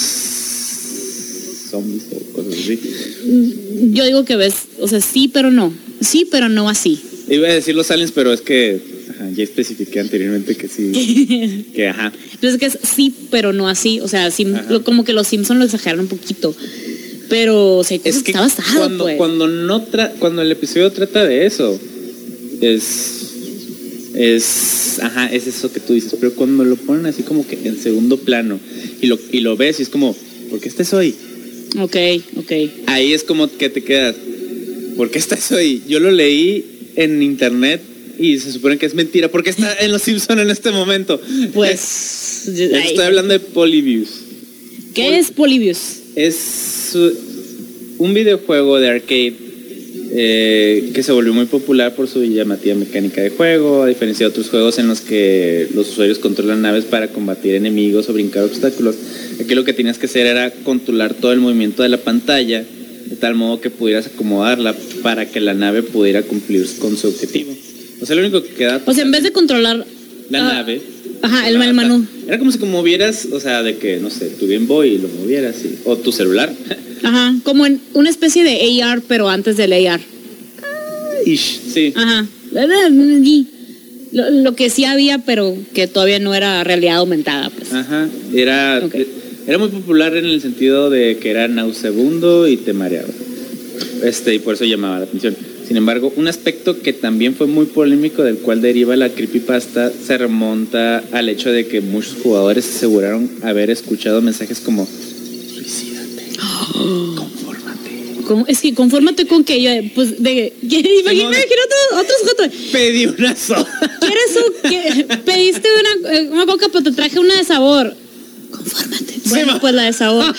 zombies o cosas así. Yo digo que ves, o sea, sí, pero no. Sí, pero no así. Iba a decir los aliens, pero es que ajá, ya especifiqué anteriormente que sí. que ajá. Entonces que es sí, pero no así. O sea, sí, lo, como que los Simpsons lo exageraron un poquito. Pero o sea, es que está basado, cuando, pues. cuando, no tra- cuando el episodio trata de eso, es. Es. Ajá, es eso que tú dices. Pero cuando lo ponen así como que en segundo plano y lo, y lo ves y es como, ¿por qué estás hoy? Ok, ok. Ahí es como que te quedas, ¿por qué estás hoy? Yo lo leí en internet y se supone que es mentira. ¿Por qué está en Los Simpsons en este momento? Pues estoy hablando de Polybius. ¿Qué Pol- es Polybius? Es un videojuego de arcade eh, que se volvió muy popular por su llamativa mecánica de juego, a diferencia de otros juegos en los que los usuarios controlan naves para combatir enemigos o brincar obstáculos. Aquí lo que tenías que hacer era controlar todo el movimiento de la pantalla de tal modo que pudieras acomodarla para que la nave pudiera cumplir con su objetivo. O sea, lo único que queda... O sea, en vez de controlar... La uh, nave... Ajá, el, el menú. Era como si como movieras, o sea, de que, no sé, tu Game Boy y lo movieras, y, o tu celular. Ajá, como en una especie de A R, pero antes del A R. Ish, sí. Ajá. Lo, lo que sí había, pero que todavía no era realidad aumentada, pues. Ajá, era... Okay. Era muy popular en el sentido de que era nauseabundo y te mareaba. Este, y por eso llamaba la atención. Sin embargo, un aspecto que también fue muy polémico, del cual deriva la creepypasta, se remonta al hecho de que muchos jugadores aseguraron haber escuchado mensajes como suicídate, oh. confórmate. ¿Cómo? Es que confórmate con que yo, pues, de... Imagínate otros, otros jotos. Pedí una soda. ¿Quieres un, que, pediste una, una coca, pero te traje una de sabor? Confórmate. Bueno, pues la de sabor.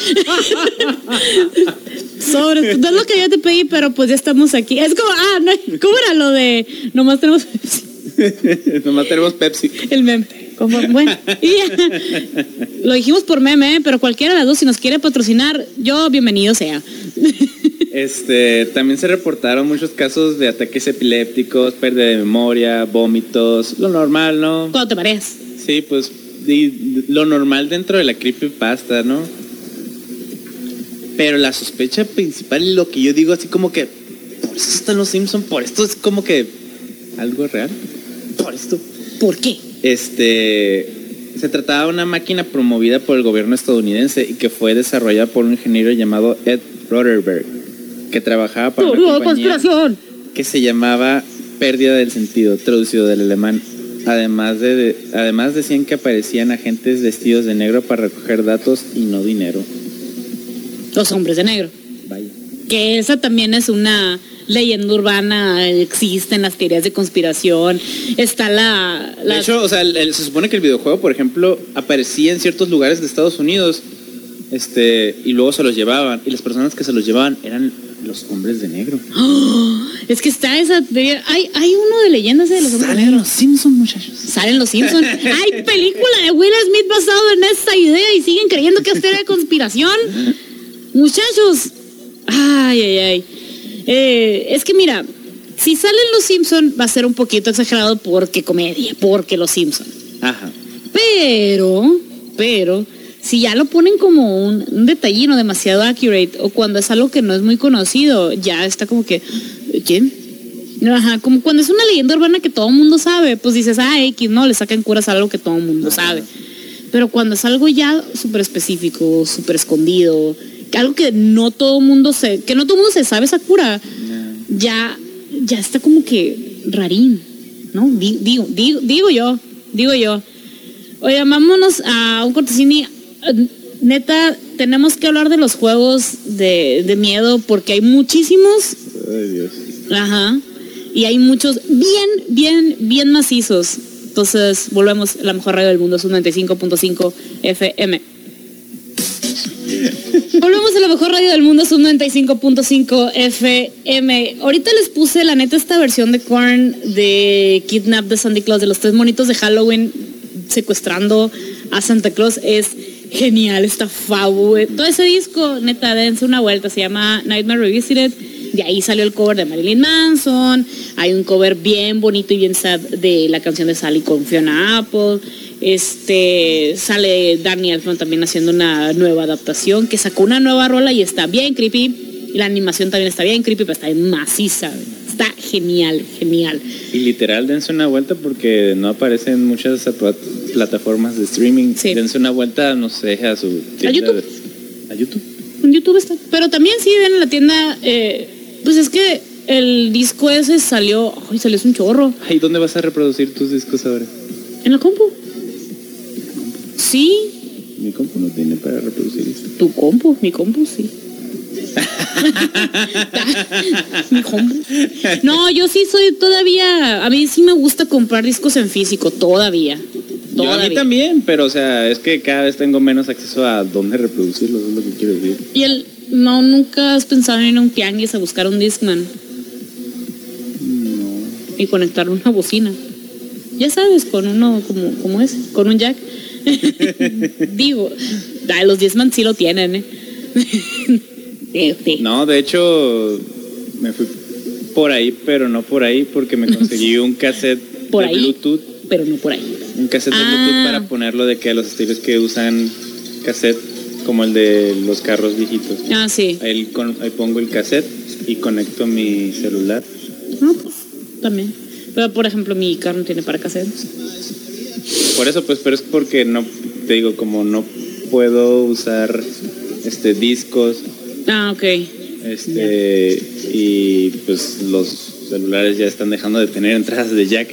Sobre, no es lo que yo te pedí, pero pues ya estamos aquí. Es como, ah, no, ¿cómo era lo de nomás tenemos Pepsi? Nomás tenemos Pepsi. El meme. Como, bueno, y ya. Lo dijimos por meme, ¿eh? Pero cualquiera de las dos, si nos quiere patrocinar, yo bienvenido sea. Este, también se reportaron muchos casos de ataques epilépticos, pérdida de memoria, vómitos, lo normal, ¿no? Cuando te mareas. Sí, pues y lo normal dentro de la creepypasta, ¿no? Pero la sospecha principal, lo que yo digo así como que por eso están Los Simpsons, por esto es como que algo real. Por esto. ¿Por qué? Este, se trataba de una máquina promovida por el gobierno estadounidense y que fue desarrollada por un ingeniero llamado Ed Rotherberg, que trabajaba para una compañía conspiración que se llamaba Pérdida del Sentido, traducido del alemán. Además de, de, además decían que aparecían agentes vestidos de negro para recoger datos y no dinero. Los hombres de negro. Vaya. Que esa también es una leyenda urbana, existen las teorías de conspiración, está la... la... De hecho, o sea, el, el, se supone que el videojuego, por ejemplo, aparecía en ciertos lugares de Estados Unidos, este, y luego se los llevaban, y las personas que se los llevaban eran los hombres de negro. Oh, es que está esa teoría. Hay, hay uno de leyendas de los hombres de negro. Salen Los Simpsons, muchachos. Salen Los Simpsons. Hay película de Will Smith basado en esta idea y siguen creyendo que es teoría de conspiración. Muchachos. Ay, ay, ay. Eh, es que mira, si salen Los Simpsons va a ser un poquito exagerado porque comedia, porque Los Simpsons. Ajá. Pero, pero... si ya lo ponen como un, un detallino demasiado accurate, o cuando es algo que no es muy conocido, ya está como que, ¿quién? Ajá, como cuando es una leyenda urbana que todo el mundo sabe, pues dices, ah, X, no, le sacan curas a algo que todo el mundo sabe. Pero cuando es algo ya súper específico, súper escondido, algo que no todo el mundo se, que no todo el mundo se sabe esa cura, ya, ya está como que rarín, ¿no? Digo, digo, digo yo, digo yo. Oye, vámonos a un cortesini. neta, tenemos que hablar de los juegos de, de miedo porque hay muchísimos. Ay, Dios. Ajá. Y hay muchos bien, bien, bien macizos. Entonces, volvemos a la mejor radio del mundo, es un noventa y cinco punto cinco F M. Volvemos a la mejor radio del mundo, es un noventa y cinco punto cinco F M. Ahorita les puse, la neta, esta versión de Korn de Kidnap de Santa Claus, de los tres monitos de Halloween secuestrando a Santa Claus. Es genial, está fabu. Todo ese disco, neta, dense una vuelta, se llama Nightmare Revisited. De ahí salió el cover de Marilyn Manson. Hay un cover bien bonito y bien sad de la canción de Sally con Fiona Apple. Este sale Danny Elfman también haciendo una nueva adaptación, que sacó una nueva rola y está bien creepy. Y la animación también está bien creepy, pero está bien maciza. Está genial, genial. Y literal, dense una vuelta porque no aparecen muchas plataformas de streaming. Sí. Dense una vuelta, no sé, a su tienda. ¿A YouTube? De... ¿A YouTube? En YouTube está. Pero también sí ven en la tienda. Eh, pues es que el disco ese salió. Ay, salió un chorro. Ay, ¿dónde vas a reproducir tus discos ahora? En la compu. Sí. Mi compu no tiene para reproducir esto. Tu compu, mi compu sí. Mi compu. No, yo sí soy todavía. A mí sí me gusta comprar discos en físico, todavía. Yo todavía. a mí también, pero o sea, es que cada vez tengo menos acceso a dónde reproducirlos, es lo que quiero decir. Y el. No, nunca has pensado en ir a un tianguis a buscar un Discman. No. Y conectar una bocina. Ya sabes, con uno como, como ese, con un jack. Digo, ay, los Discman sí lo tienen, ¿eh? sí, sí. No, de hecho, me fui por ahí, pero no por ahí, porque me conseguí un cassette por de ahí, Bluetooth. Pero no por ahí. Un cassette ah. de Bluetooth para ponerlo de que a los estilos que usan cassette, como el de los carros viejitos. Ah, sí. Ahí, con, ahí pongo el cassette y conecto mi celular. No, pues, también. Pero, por ejemplo, mi carro no tiene para cassette. Por eso, pues, pero es porque no, te digo, como no puedo usar este discos. Ah, ok. Este, yeah. Y pues los celulares ya están dejando de tener entradas de jack.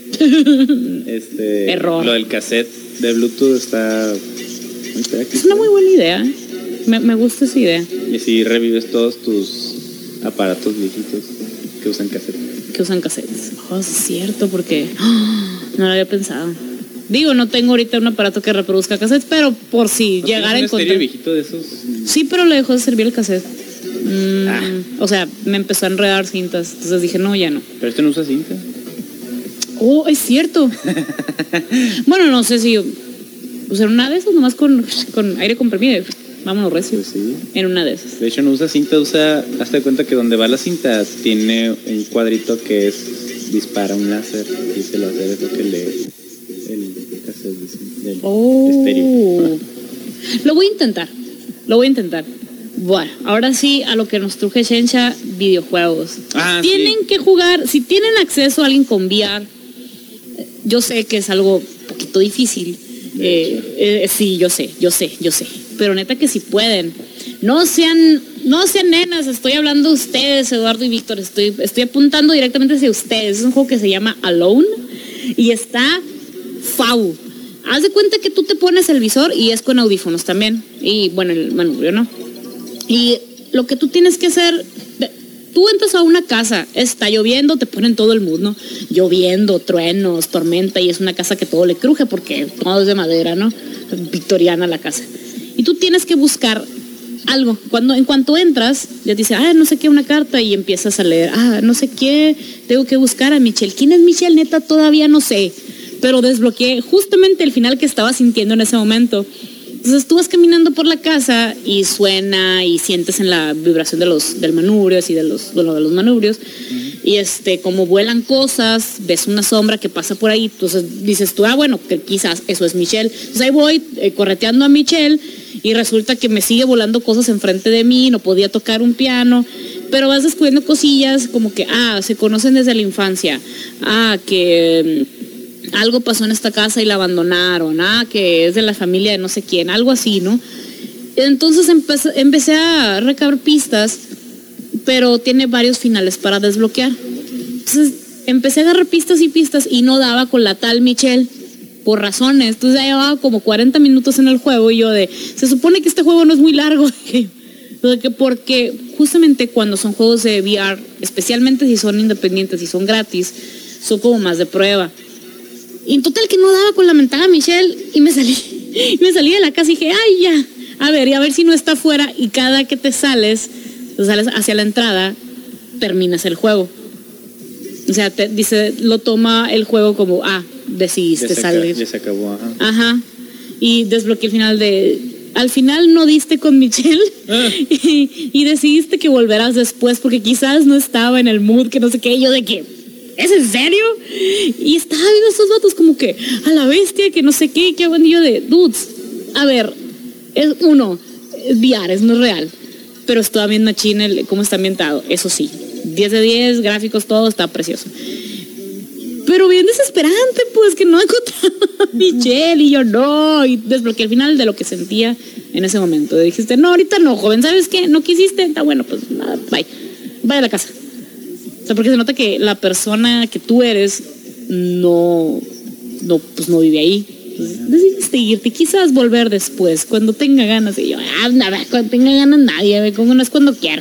Este, error. Lo del cassette de Bluetooth está... Es una muy buena idea, ¿eh? me, me gusta esa idea. Y así revives todos tus aparatos viejitos que usan cassette. Que usan cassettes. Oh, es cierto, porque oh, no lo había pensado. Digo, no tengo ahorita un aparato que reproduzca cassettes, pero por si ¿No llegara a encontrar... un viejito de esos? Sí, pero le dejó de servir el cassette. Mm, ah. O sea, me empezó a enredar cintas. Entonces dije, no, ya no. Pero este no usa cinta. Oh, es cierto. Bueno, no sé si... O sea, en una de esas, nomás con, con aire comprimido. Vámonos recio. Pues sí. En una de esas. De hecho, no usa cinta, usa... Hazte cuenta que donde va la cinta tiene un cuadrito que es... Dispara un láser. Y ese láser es lo que le... El cassette del oh. estéreo. Lo voy a intentar. Lo voy a intentar. Bueno, ahora sí, a lo que nos truje Chencha, videojuegos. Ah, tienen sí. que jugar, si tienen acceso a alguien con V R, yo sé que es algo un poquito difícil. Eh, eh, sí, yo sé, yo sé, yo sé. Pero neta que si pueden. No sean, no sean nenas, estoy hablando de ustedes, Eduardo y Víctor. Estoy, estoy apuntando directamente hacia ustedes. Es un juego que se llama Alone y está fau. Haz de cuenta que tú te pones el visor y es con audífonos también. Y bueno, el manubrio, ¿no? Y lo que tú tienes que hacer, tú entras a una casa, está lloviendo, te ponen todo el mood, ¿no? Lloviendo, truenos, tormenta, y es una casa que todo le cruje porque todo es de madera, ¿no? Victoriana la casa. Y tú tienes que buscar algo. Cuando, en cuanto entras, ya te dice, ah, no sé qué, una carta, y empiezas a leer, ah, no sé qué, tengo que buscar a Michelle. ¿Quién es Michelle? Neta, todavía no sé. Pero desbloqueé justamente el final que estaba sintiendo en ese momento. Entonces tú vas caminando por la casa y suena y sientes en la vibración de los del manubrio, así de los, bueno, de los manubrios, uh-huh. Y este, como vuelan cosas, ves una sombra que pasa por ahí, entonces dices tú, ah, bueno, que quizás eso es Michelle. Entonces ahí voy eh, correteando a Michelle y resulta que me sigue volando cosas enfrente de mí, no podía tocar un piano, pero vas descubriendo cosillas como que, ah, se conocen desde la infancia, ah, que... algo pasó en esta casa y la abandonaron, ah, que es de la familia de no sé quién, algo así, ¿no? Entonces empecé, empecé a recabar pistas, pero tiene varios finales para desbloquear. Entonces empecé a agarrar pistas y pistas y no daba con la tal Michelle. por razones. Entonces ya llevaba como cuarenta minutos en el juego y yo de, se supone que este juego no es muy largo. Porque justamente cuando son juegos de V R, especialmente si son independientes y son gratis, son como más de prueba. Y en total que no daba con la mentada Michelle y me salí, me salí de la casa y dije, ay ya, a ver, y a ver si no está afuera, y cada que te sales, te sales hacia la entrada, terminas el juego. O sea, te dice, lo toma el juego como, ah, decidiste ya salir. Ya se acabó, ajá. Ajá. Y desbloqueé el final de, al final no diste con Michelle ah. y, y decidiste que volverás después porque quizás no estaba en el mood, que no sé qué, y yo de que, ¿es en serio? Y estaba viendo esos vatos como que, a la bestia, que no sé qué, que hago yo de, dudes, a ver, es uno, es V R, es no es real, pero estaba viendo aquí en el, cómo está ambientado, eso sí, diez de diez, gráficos, todo está precioso. Pero bien desesperante, pues, que no encontraba a Michelle, y yo no, y desbloqueé el final de lo que sentía en ese momento. Dijiste, no, ahorita no, joven, ¿sabes qué? No quisiste, está bueno, pues nada, bye, vaya a la casa. O sea, porque se nota que la persona que tú eres no, no, pues no vive ahí. Entonces, decidiste irte, quizás volver después, cuando tenga ganas. Y yo, ah, nada, cuando tenga ganas nadie, como no es cuando quiera.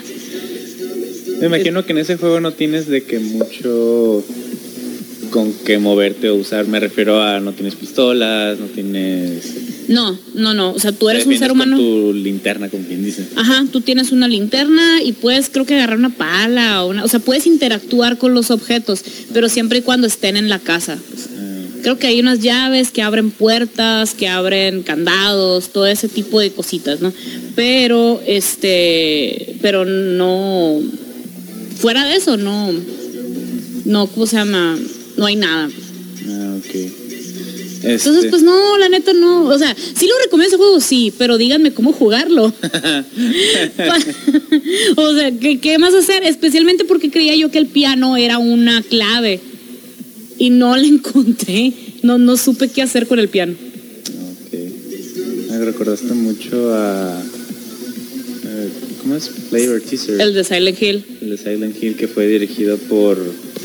Me imagino que en ese juego no tienes de que mucho con qué moverte o usar. Me refiero a no tienes pistolas, no tienes... No, no, no. O sea, tú eres un ser humano. Con tu linterna, como quien dice. Ajá, tú tienes una linterna y puedes, creo que agarrar una pala o una... O sea, puedes interactuar con los objetos, pero siempre y cuando estén en la casa. Ah. Creo que hay unas llaves que abren puertas, que abren candados, todo ese tipo de cositas, ¿no? Pero, este... Pero no... Fuera de eso, no... No, ¿cómo se llama? No hay nada. Ah, ok. Este. Entonces, pues no, la neta no. O sea, sí lo recomiendo ese juego, sí, pero díganme cómo jugarlo. O sea, ¿qué, ¿qué más hacer? Especialmente porque creía yo que el piano era una clave y no la encontré. No, no supe qué hacer con el piano. Ok. Me recordaste mucho a... ¿Cómo es? Player Teaser. El de Silent Hill. El de Silent Hill, que fue dirigido por...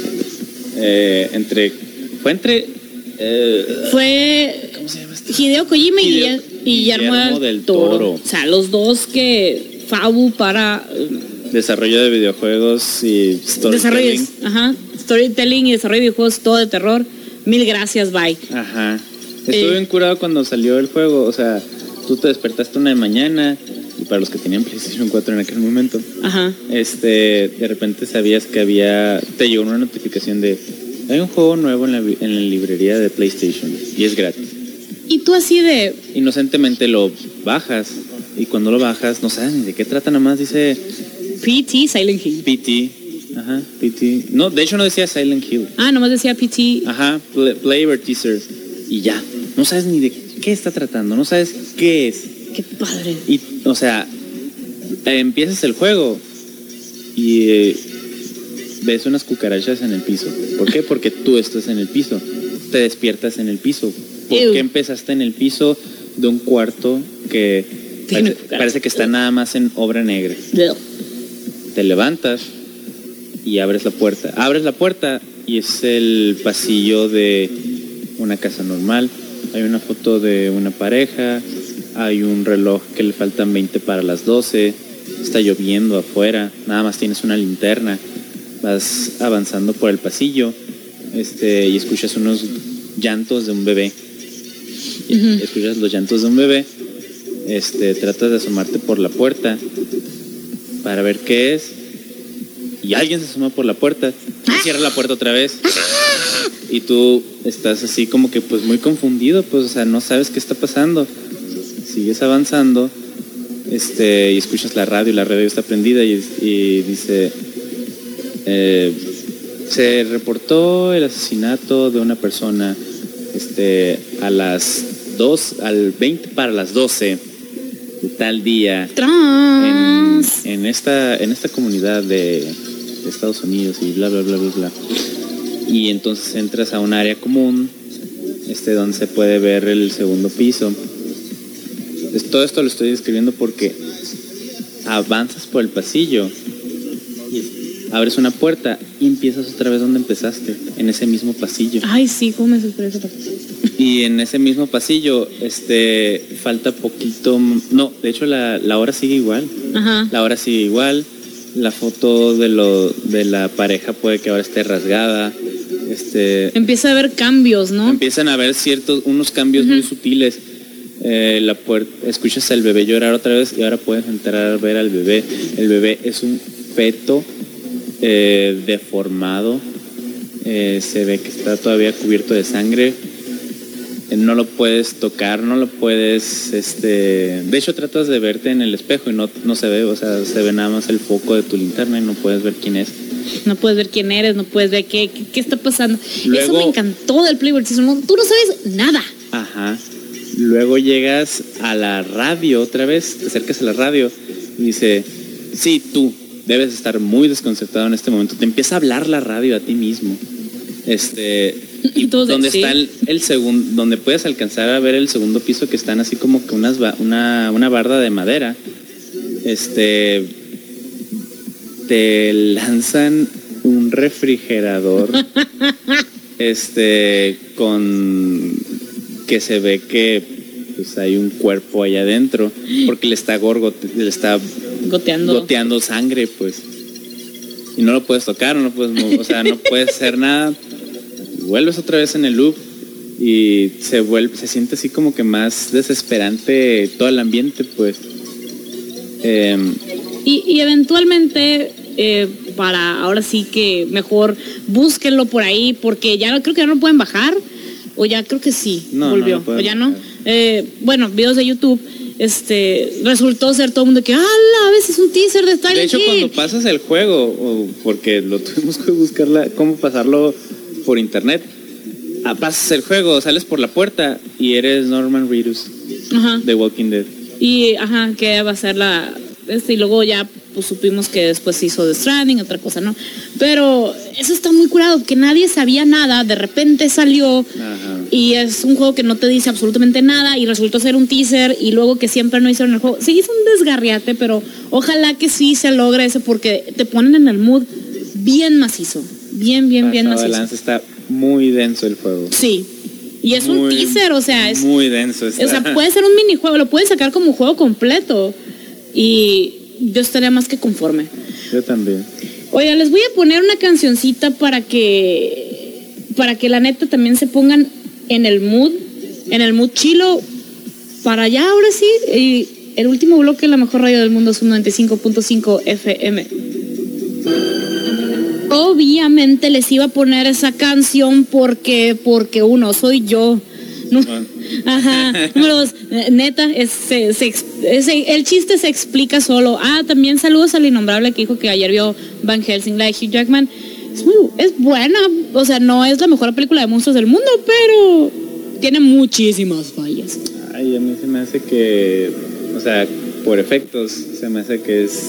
Eh, entre... Fue entre... Eh, fue... ¿Cómo se llama este? Hideo Kojima Hideo, y Guillermo del, del Toro. Toro. O sea, los dos que... Fabu para... Desarrollo de videojuegos y storytelling. Ajá. Storytelling y desarrollo de videojuegos, todo de terror. Mil gracias, bye. Ajá. Estuve eh, bien curado cuando salió el juego. O sea, tú te despertaste una de mañana... Y para los que tenían PlayStation cuatro en aquel momento, ajá, este, de repente sabías que había, te llegó una notificación de, hay un juego nuevo en la, en la librería de PlayStation y es gratis. Y tú así de... Inocentemente lo bajas y cuando lo bajas no sabes ni de qué trata, nada más dice... P T Silent Hill. P T, ajá, P T. No, de hecho no decía Silent Hill. Ah, nomás decía P T. Ajá, play, Player Teaser. Y ya, no sabes ni de qué está tratando, no sabes qué es. Qué padre. Y, o sea, eh, empiezas el juego y eh, ves unas cucarachas en el piso. ¿Por qué? Porque tú estás en el piso. Te despiertas en el piso. ¿Por Ew. qué empezaste en el piso de un cuarto que parece, parece que está nada más en obra negra? Ew. Te levantas y abres la puerta. Abres la puerta y es el pasillo de una casa normal. Hay una foto de una pareja. Hay un reloj que le faltan veinte para las doce. Está lloviendo afuera. Nada más tienes una linterna. Vas avanzando por el pasillo este, y escuchas unos llantos de un bebé. Uh-huh. Escuchas los llantos de un bebé. Este, tratas de asomarte por la puerta para ver qué es. Y alguien se asoma por la puerta. Y cierra la puerta otra vez. Y tú estás así como que pues muy confundido. Pues, o sea, no sabes qué está pasando. Sigues avanzando este, y escuchas la radio, y la radio está prendida y, y dice, eh, se reportó el asesinato de una persona este, a las dos, al veinte para las doce de tal día en, en, esta, en esta comunidad de, de Estados Unidos y bla, bla, bla, bla, bla. Y entonces entras a un área común este, donde se puede ver el segundo piso. Todo esto lo estoy describiendo porque avanzas por el pasillo y abres una puerta y empiezas otra vez donde empezaste, en ese mismo pasillo. Ay, sí, cómo me sorprende esa parte. Y en ese mismo pasillo, este, falta poquito, no, de hecho la, la hora sigue igual. Ajá. La hora sigue igual, la foto de lo de la pareja puede que ahora esté rasgada. Este, empieza a haber cambios, ¿no? Empiezan a haber ciertos, unos cambios uh-huh. muy sutiles. Eh, la puerta, escuchas al bebé llorar otra vez y ahora puedes entrar a ver al bebé. El bebé es un feto eh, deformado, eh, se ve que está todavía cubierto de sangre. Eh, no lo puedes tocar, no lo puedes, este, de hecho tratas de verte en el espejo y no, no se ve, o sea, se ve nada más el foco de tu linterna y no puedes ver quién es. No puedes ver quién eres, no puedes ver qué, qué, qué está pasando. Luego, eso me encantó del Playboy. Tú no sabes nada. Ajá. Luego llegas a la radio otra vez, te acercas a la radio y dice, sí, tú debes estar muy desconcertado en este momento. Te empieza a hablar la radio a ti mismo. Este, y Entonces, donde sí. está el, el segundo, donde puedes alcanzar a ver el segundo piso, que están así como que unas una, una barda de madera. Este, te lanzan un refrigerador este con que se ve que pues hay un cuerpo allá adentro porque le está gorgo, le está goteando. goteando sangre, pues, y no lo puedes tocar, no lo puedes, o sea, no puedes hacer nada. Vuelves otra vez en el loop y se vuelve, se siente así como que más desesperante todo el ambiente, pues. Eh, y, y eventualmente eh, para ahora sí que mejor búsquenlo por ahí, porque ya no creo que ya no pueden bajar, o ya creo que sí no, volvió, no o ya no. Eh, bueno, videos de YouTube. Este, resultó ser todo el mundo que, ¡ah, a veces es un teaser de Silent Hill! De hecho, cuando pasas el juego, o porque lo tuvimos que buscarla, cómo pasarlo por internet, ah, pasas el juego, sales por la puerta y eres Norman Reedus, ajá, de Walking Dead. Y, ajá, que va a ser la... Este, y luego ya pues supimos que después se hizo The Stranding, otra cosa, ¿no? Pero eso está muy curado, que nadie sabía nada, de repente salió. Ajá. Y es un juego que no te dice absolutamente nada y resultó ser un teaser y luego que siempre no hicieron el juego. Sí, es un desgarriate, pero ojalá que sí se logre eso porque te ponen en el mood bien macizo, bien, bien, Pasado bien macizo. Balance, está muy denso el juego. Sí. Y es muy, un teaser, o sea, es muy denso. Está. O sea, puede ser un minijuego, lo puedes sacar como juego completo. Y yo estaría más que conforme. Yo también. Oigan, les voy a poner una cancioncita para que para que la neta también se pongan en el mood, en el mood chilo para allá ahora sí. Y el último bloque de la mejor radio del mundo es un noventa y cinco punto cinco F M. Obviamente les iba a poner esa canción porque porque uno soy yo. No, ajá, número dos, neta, es, se, se, es, el chiste se explica solo. Ah, también saludos al innombrable que dijo que ayer vio Van Helsing, la de Hugh Jackman. Es, muy, es buena, o sea, no es la mejor película de monstruos del mundo, pero tiene muchísimas fallas. Ay, a mí se me hace que, o sea, por efectos, se me hace que es...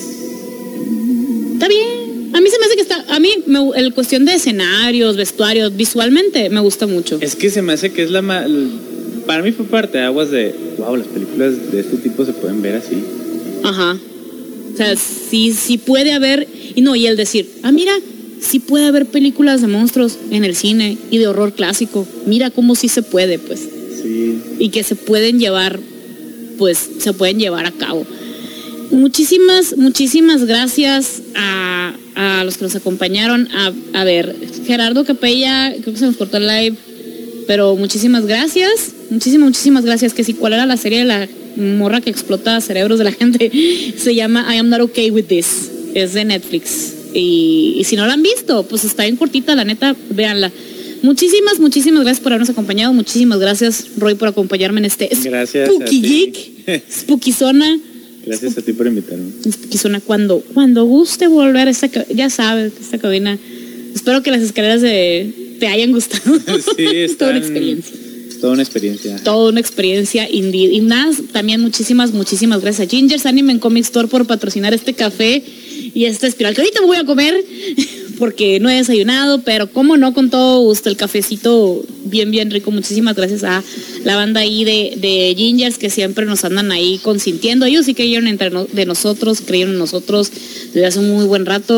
Está bien. A mí se me hace que está, a mí me, el cuestión de escenarios, vestuarios, visualmente me gusta mucho. Es que se me hace que es la más, para mí fue parte de aguas de, wow, las películas de este tipo se pueden ver así. Ajá. O sea, sí, sí puede haber, y no, y el decir, ah, mira, sí puede haber películas de monstruos en el cine y de horror clásico. Mira cómo sí se puede, pues. Sí. Y que se pueden llevar, pues, se pueden llevar a cabo. Muchísimas, muchísimas gracias a, a los que nos acompañaron. A, a ver, Gerardo Capella, creo que se nos cortó el live, pero muchísimas gracias. Muchísimas, muchísimas gracias. Que si cuál era la serie de la morra que explota cerebros de la gente, se llama I Am Not Okay With This. Es de Netflix. Y, y si no la han visto, pues está bien cortita, la neta, véanla. Muchísimas, muchísimas gracias por habernos acompañado. Muchísimas gracias, Roy, por acompañra en este gracias Spooky Geek, Spooky Zona. Gracias a ti por invitarme. Spooky Zona, cuando, cuando guste volver a esta, ya sabes, esta cabina. Espero que las escaleras de, te hayan gustado. Sí, es toda una experiencia. Toda una experiencia. Toda una experiencia, indeed. Y más, también muchísimas, muchísimas gracias a Ginger's Anime and Comic Store por patrocinar este café y esta espiral que ahorita me voy a comer porque no he desayunado, pero cómo no, con todo gusto, el cafecito bien, bien rico. Muchísimas gracias a la banda ahí de, de Gingers que siempre nos andan ahí consintiendo. Ellos sí creyeron entre no, de nosotros, creyeron en nosotros desde hace un muy buen rato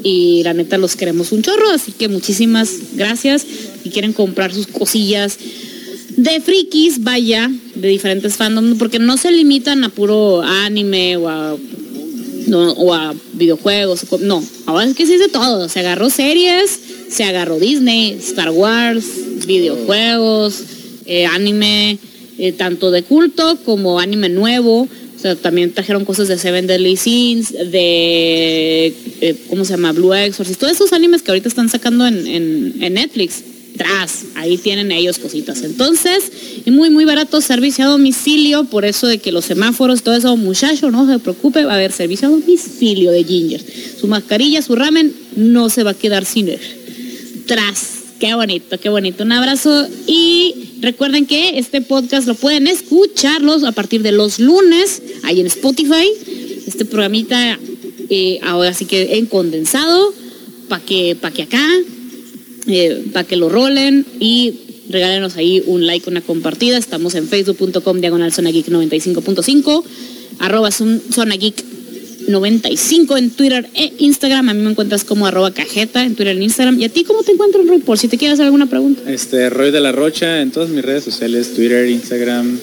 y la neta los queremos un chorro, así que muchísimas gracias. Si quieren comprar sus cosillas de frikis, vaya, de diferentes fandoms, porque no se limitan a puro anime o a, no, o a videojuegos, no, ahora es que se dice todo, se agarró series, se agarró Disney, Star Wars, videojuegos, eh, anime, eh, tanto de culto como anime nuevo. O sea, también trajeron cosas de Seven Deadly Sins, de, eh, ¿cómo se llama? Blue Exorcist, todos esos animes que ahorita están sacando en, en, en Netflix. Tras, ahí tienen ellos cositas. Entonces, y muy muy barato, servicio a domicilio, por eso de que los semáforos, todo eso, muchacho, no se preocupe, va a haber servicio a domicilio de Ginger. Su mascarilla, su ramen, no se va a quedar sin él. Tras, qué bonito, qué bonito. Un abrazo y recuerden que este podcast lo pueden escucharlos a partir de los lunes, ahí en Spotify. Este programita, eh, ahora sí que en condensado, para que, pa que acá... Eh, para que lo rolen y regálenos ahí un like, una compartida. Estamos en facebook punto com diagonal Zona Geek noventa y cinco punto cinco, arroba Zona Geek noventa y cinco en Twitter e Instagram. A mí me encuentras como arroba cajeta en Twitter e Instagram. ¿Y a ti cómo te encuentras, Roy? Por si te quieres hacer alguna pregunta. Este, Roy de la Rocha en todas mis redes sociales, Twitter, Instagram,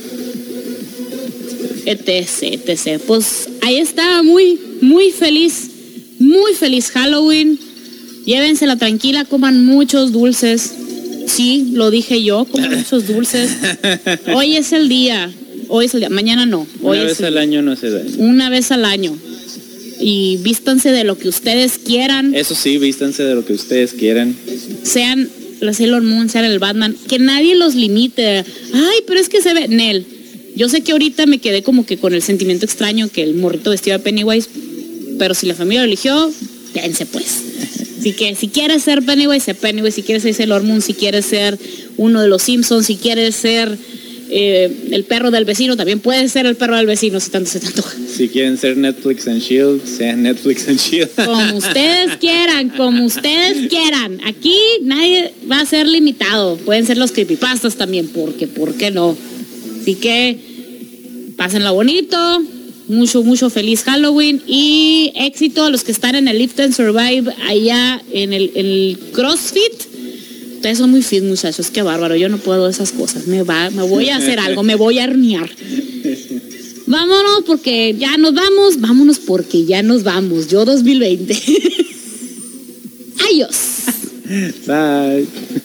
etc, etc. Pues ahí está, muy, muy feliz, muy feliz Halloween. Llévensela tranquila, coman muchos dulces. Sí, lo dije yo, coman muchos dulces. Hoy es el día, hoy es el día, mañana no. Hoy Una es vez el al día. año no se da. Una vez al año. Y vístanse de lo que ustedes quieran. Eso sí, vístanse de lo que ustedes quieran. Sean la Sailor Moon, sean el Batman. Que nadie los limite. Ay, pero es que se ve... Nel, yo sé que ahorita me quedé como que con el sentimiento extraño que el morrito vestido de Pennywise. Pero si la familia lo eligió, dense pues. Así que si quieres ser Pennywise, sé Pennywise. Si quieres ser Sailor Moon, si quieres ser uno de los Simpsons, si quieres ser eh, el perro del vecino, también puedes ser el perro del vecino si tanto se te antoja. Si quieren ser Netflix and Shield, sean Netflix and Shield. Como ustedes quieran, como ustedes quieran. Aquí nadie va a ser limitado. Pueden ser los creepypastas también, porque, ¿por qué no? Así que pásenlo bonito. Mucho, mucho feliz Halloween y éxito a los que están en el Lift and Survive allá en el, en el CrossFit. Ustedes son muy fit, muchachos, qué bárbaro. Yo no puedo esas cosas. Me va, me voy a hacer algo, me voy a herniar. Vámonos porque ya nos vamos. Vámonos porque ya nos vamos. Yo dos mil veinte. Adiós. Bye.